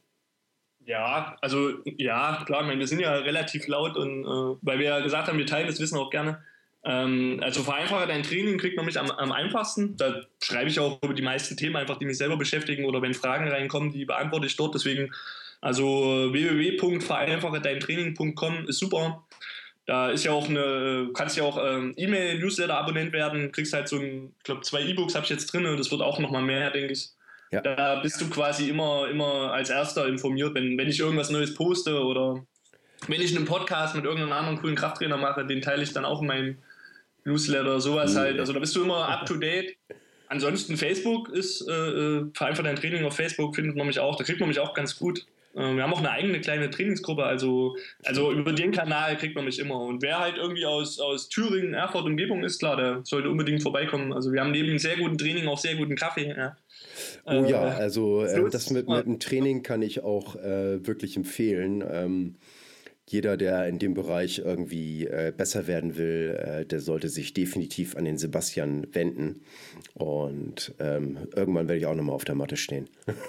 Ja, also ja, klar, ich meine, wir sind ja relativ laut und äh, weil wir ja gesagt haben, wir teilen das Wissen auch gerne. Ähm, also vereinfache dein Training kriegt man mich am, am einfachsten. Da schreibe ich auch über die meisten Themen einfach, die mich selber beschäftigen oder wenn Fragen reinkommen, die beantworte ich dort. Deswegen, also w w w punkt vereinfache dein training punkt com ist super. Da ist ja auch eine, kannst ja auch ähm, E-Mail-Newsletter-Abonnent werden, kriegst halt so ein, ich glaube, zwei E-Books habe ich jetzt drin und das wird auch nochmal mehr, denke ich. Ja. Da bist du quasi immer, immer als Erster informiert, wenn, wenn ich irgendwas Neues poste oder wenn ich einen Podcast mit irgendeinem anderen coolen Krafttrainer mache, den teile ich dann auch in meinem Newsletter, sowas mhm. halt. Also da bist du immer up to date. Ansonsten Facebook ist, äh, vereinfacht dein Training auf Facebook, findet man mich auch, da kriegt man mich auch ganz gut. Äh, wir haben auch eine eigene kleine Trainingsgruppe, also, also über den Kanal kriegt man mich immer. Und wer halt irgendwie aus, aus Thüringen, Erfurt, Umgebung ist, klar, der sollte unbedingt vorbeikommen. Also wir haben neben einem sehr guten Training auch sehr guten Kaffee. Ja. Oh ja, also äh, das mit, mit dem Training kann ich auch äh, wirklich empfehlen. Ähm, jeder, der in dem Bereich irgendwie äh, besser werden will, äh, der sollte sich definitiv an den Sebastian wenden. Und ähm, irgendwann werde ich auch nochmal auf der Matte stehen.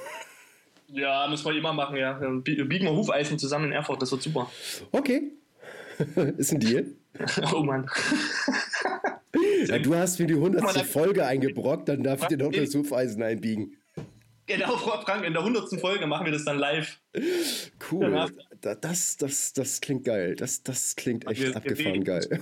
Ja, müssen wir immer machen, ja. Biegen wir Hufeisen zusammen in Erfurt, das wird super. Okay. Ist ein Deal. Oh Mann. Ja, du hast mir die hundertste Folge eingebrockt, dann darf ich dir noch das Hufeisen einbiegen. Genau, Frank, in der hundertsten Folge machen wir das dann live. Cool. Ja, das, das, das klingt geil. Das, das klingt echt wir, abgefahren wir geil.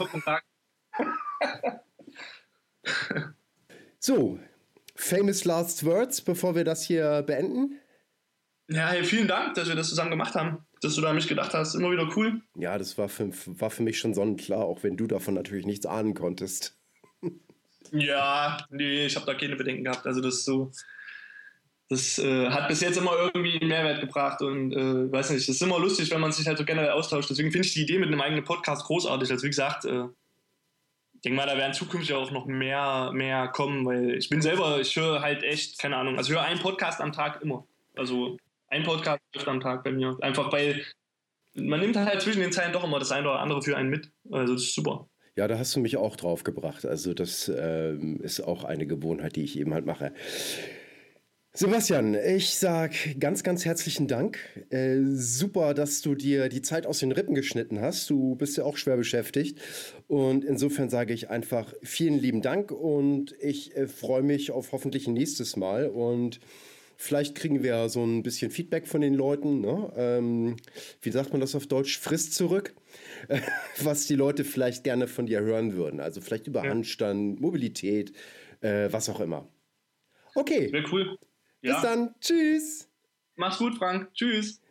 So, famous last words, bevor wir das hier beenden. Ja, hey, vielen Dank, dass wir das zusammen gemacht haben. Dass du da an mich gedacht hast. Immer wieder cool. Ja, das war für, war für mich schon sonnenklar, auch wenn du davon natürlich nichts ahnen konntest. Ja, nee, ich habe da keine Bedenken gehabt. Also das so... Das äh, hat bis jetzt immer irgendwie einen Mehrwert gebracht und äh, weiß nicht, es ist immer lustig, wenn man sich halt so generell austauscht. Deswegen finde ich die Idee mit einem eigenen Podcast großartig. Also wie gesagt, äh, ich denke mal, da werden zukünftig auch noch mehr, mehr kommen, weil ich bin selber, ich höre halt echt, keine Ahnung, also ich höre einen Podcast am Tag immer. Also ein Podcast am Tag bei mir. Einfach weil man nimmt halt zwischen den Zeilen doch immer das eine oder andere für einen mit. Also das ist super. Ja, da hast du mich auch drauf gebracht. Also das ähm, ist auch eine Gewohnheit, die ich eben halt mache. Sebastian, ich sag ganz, ganz herzlichen Dank. Äh, super, dass du dir die Zeit aus den Rippen geschnitten hast. Du bist ja auch schwer beschäftigt. Und insofern sage ich einfach vielen lieben Dank und ich äh, freue mich auf hoffentlich ein nächstes Mal. Und vielleicht kriegen wir so ein bisschen Feedback von den Leuten. Ne? Ähm, wie sagt man das auf Deutsch? Frist zurück. Was die Leute vielleicht gerne von dir hören würden. Also vielleicht über ja. Handstand, Mobilität, äh, was auch immer. Okay. Sehr cool. Bis ja. dann. Tschüss. Mach's gut, Frank. Tschüss.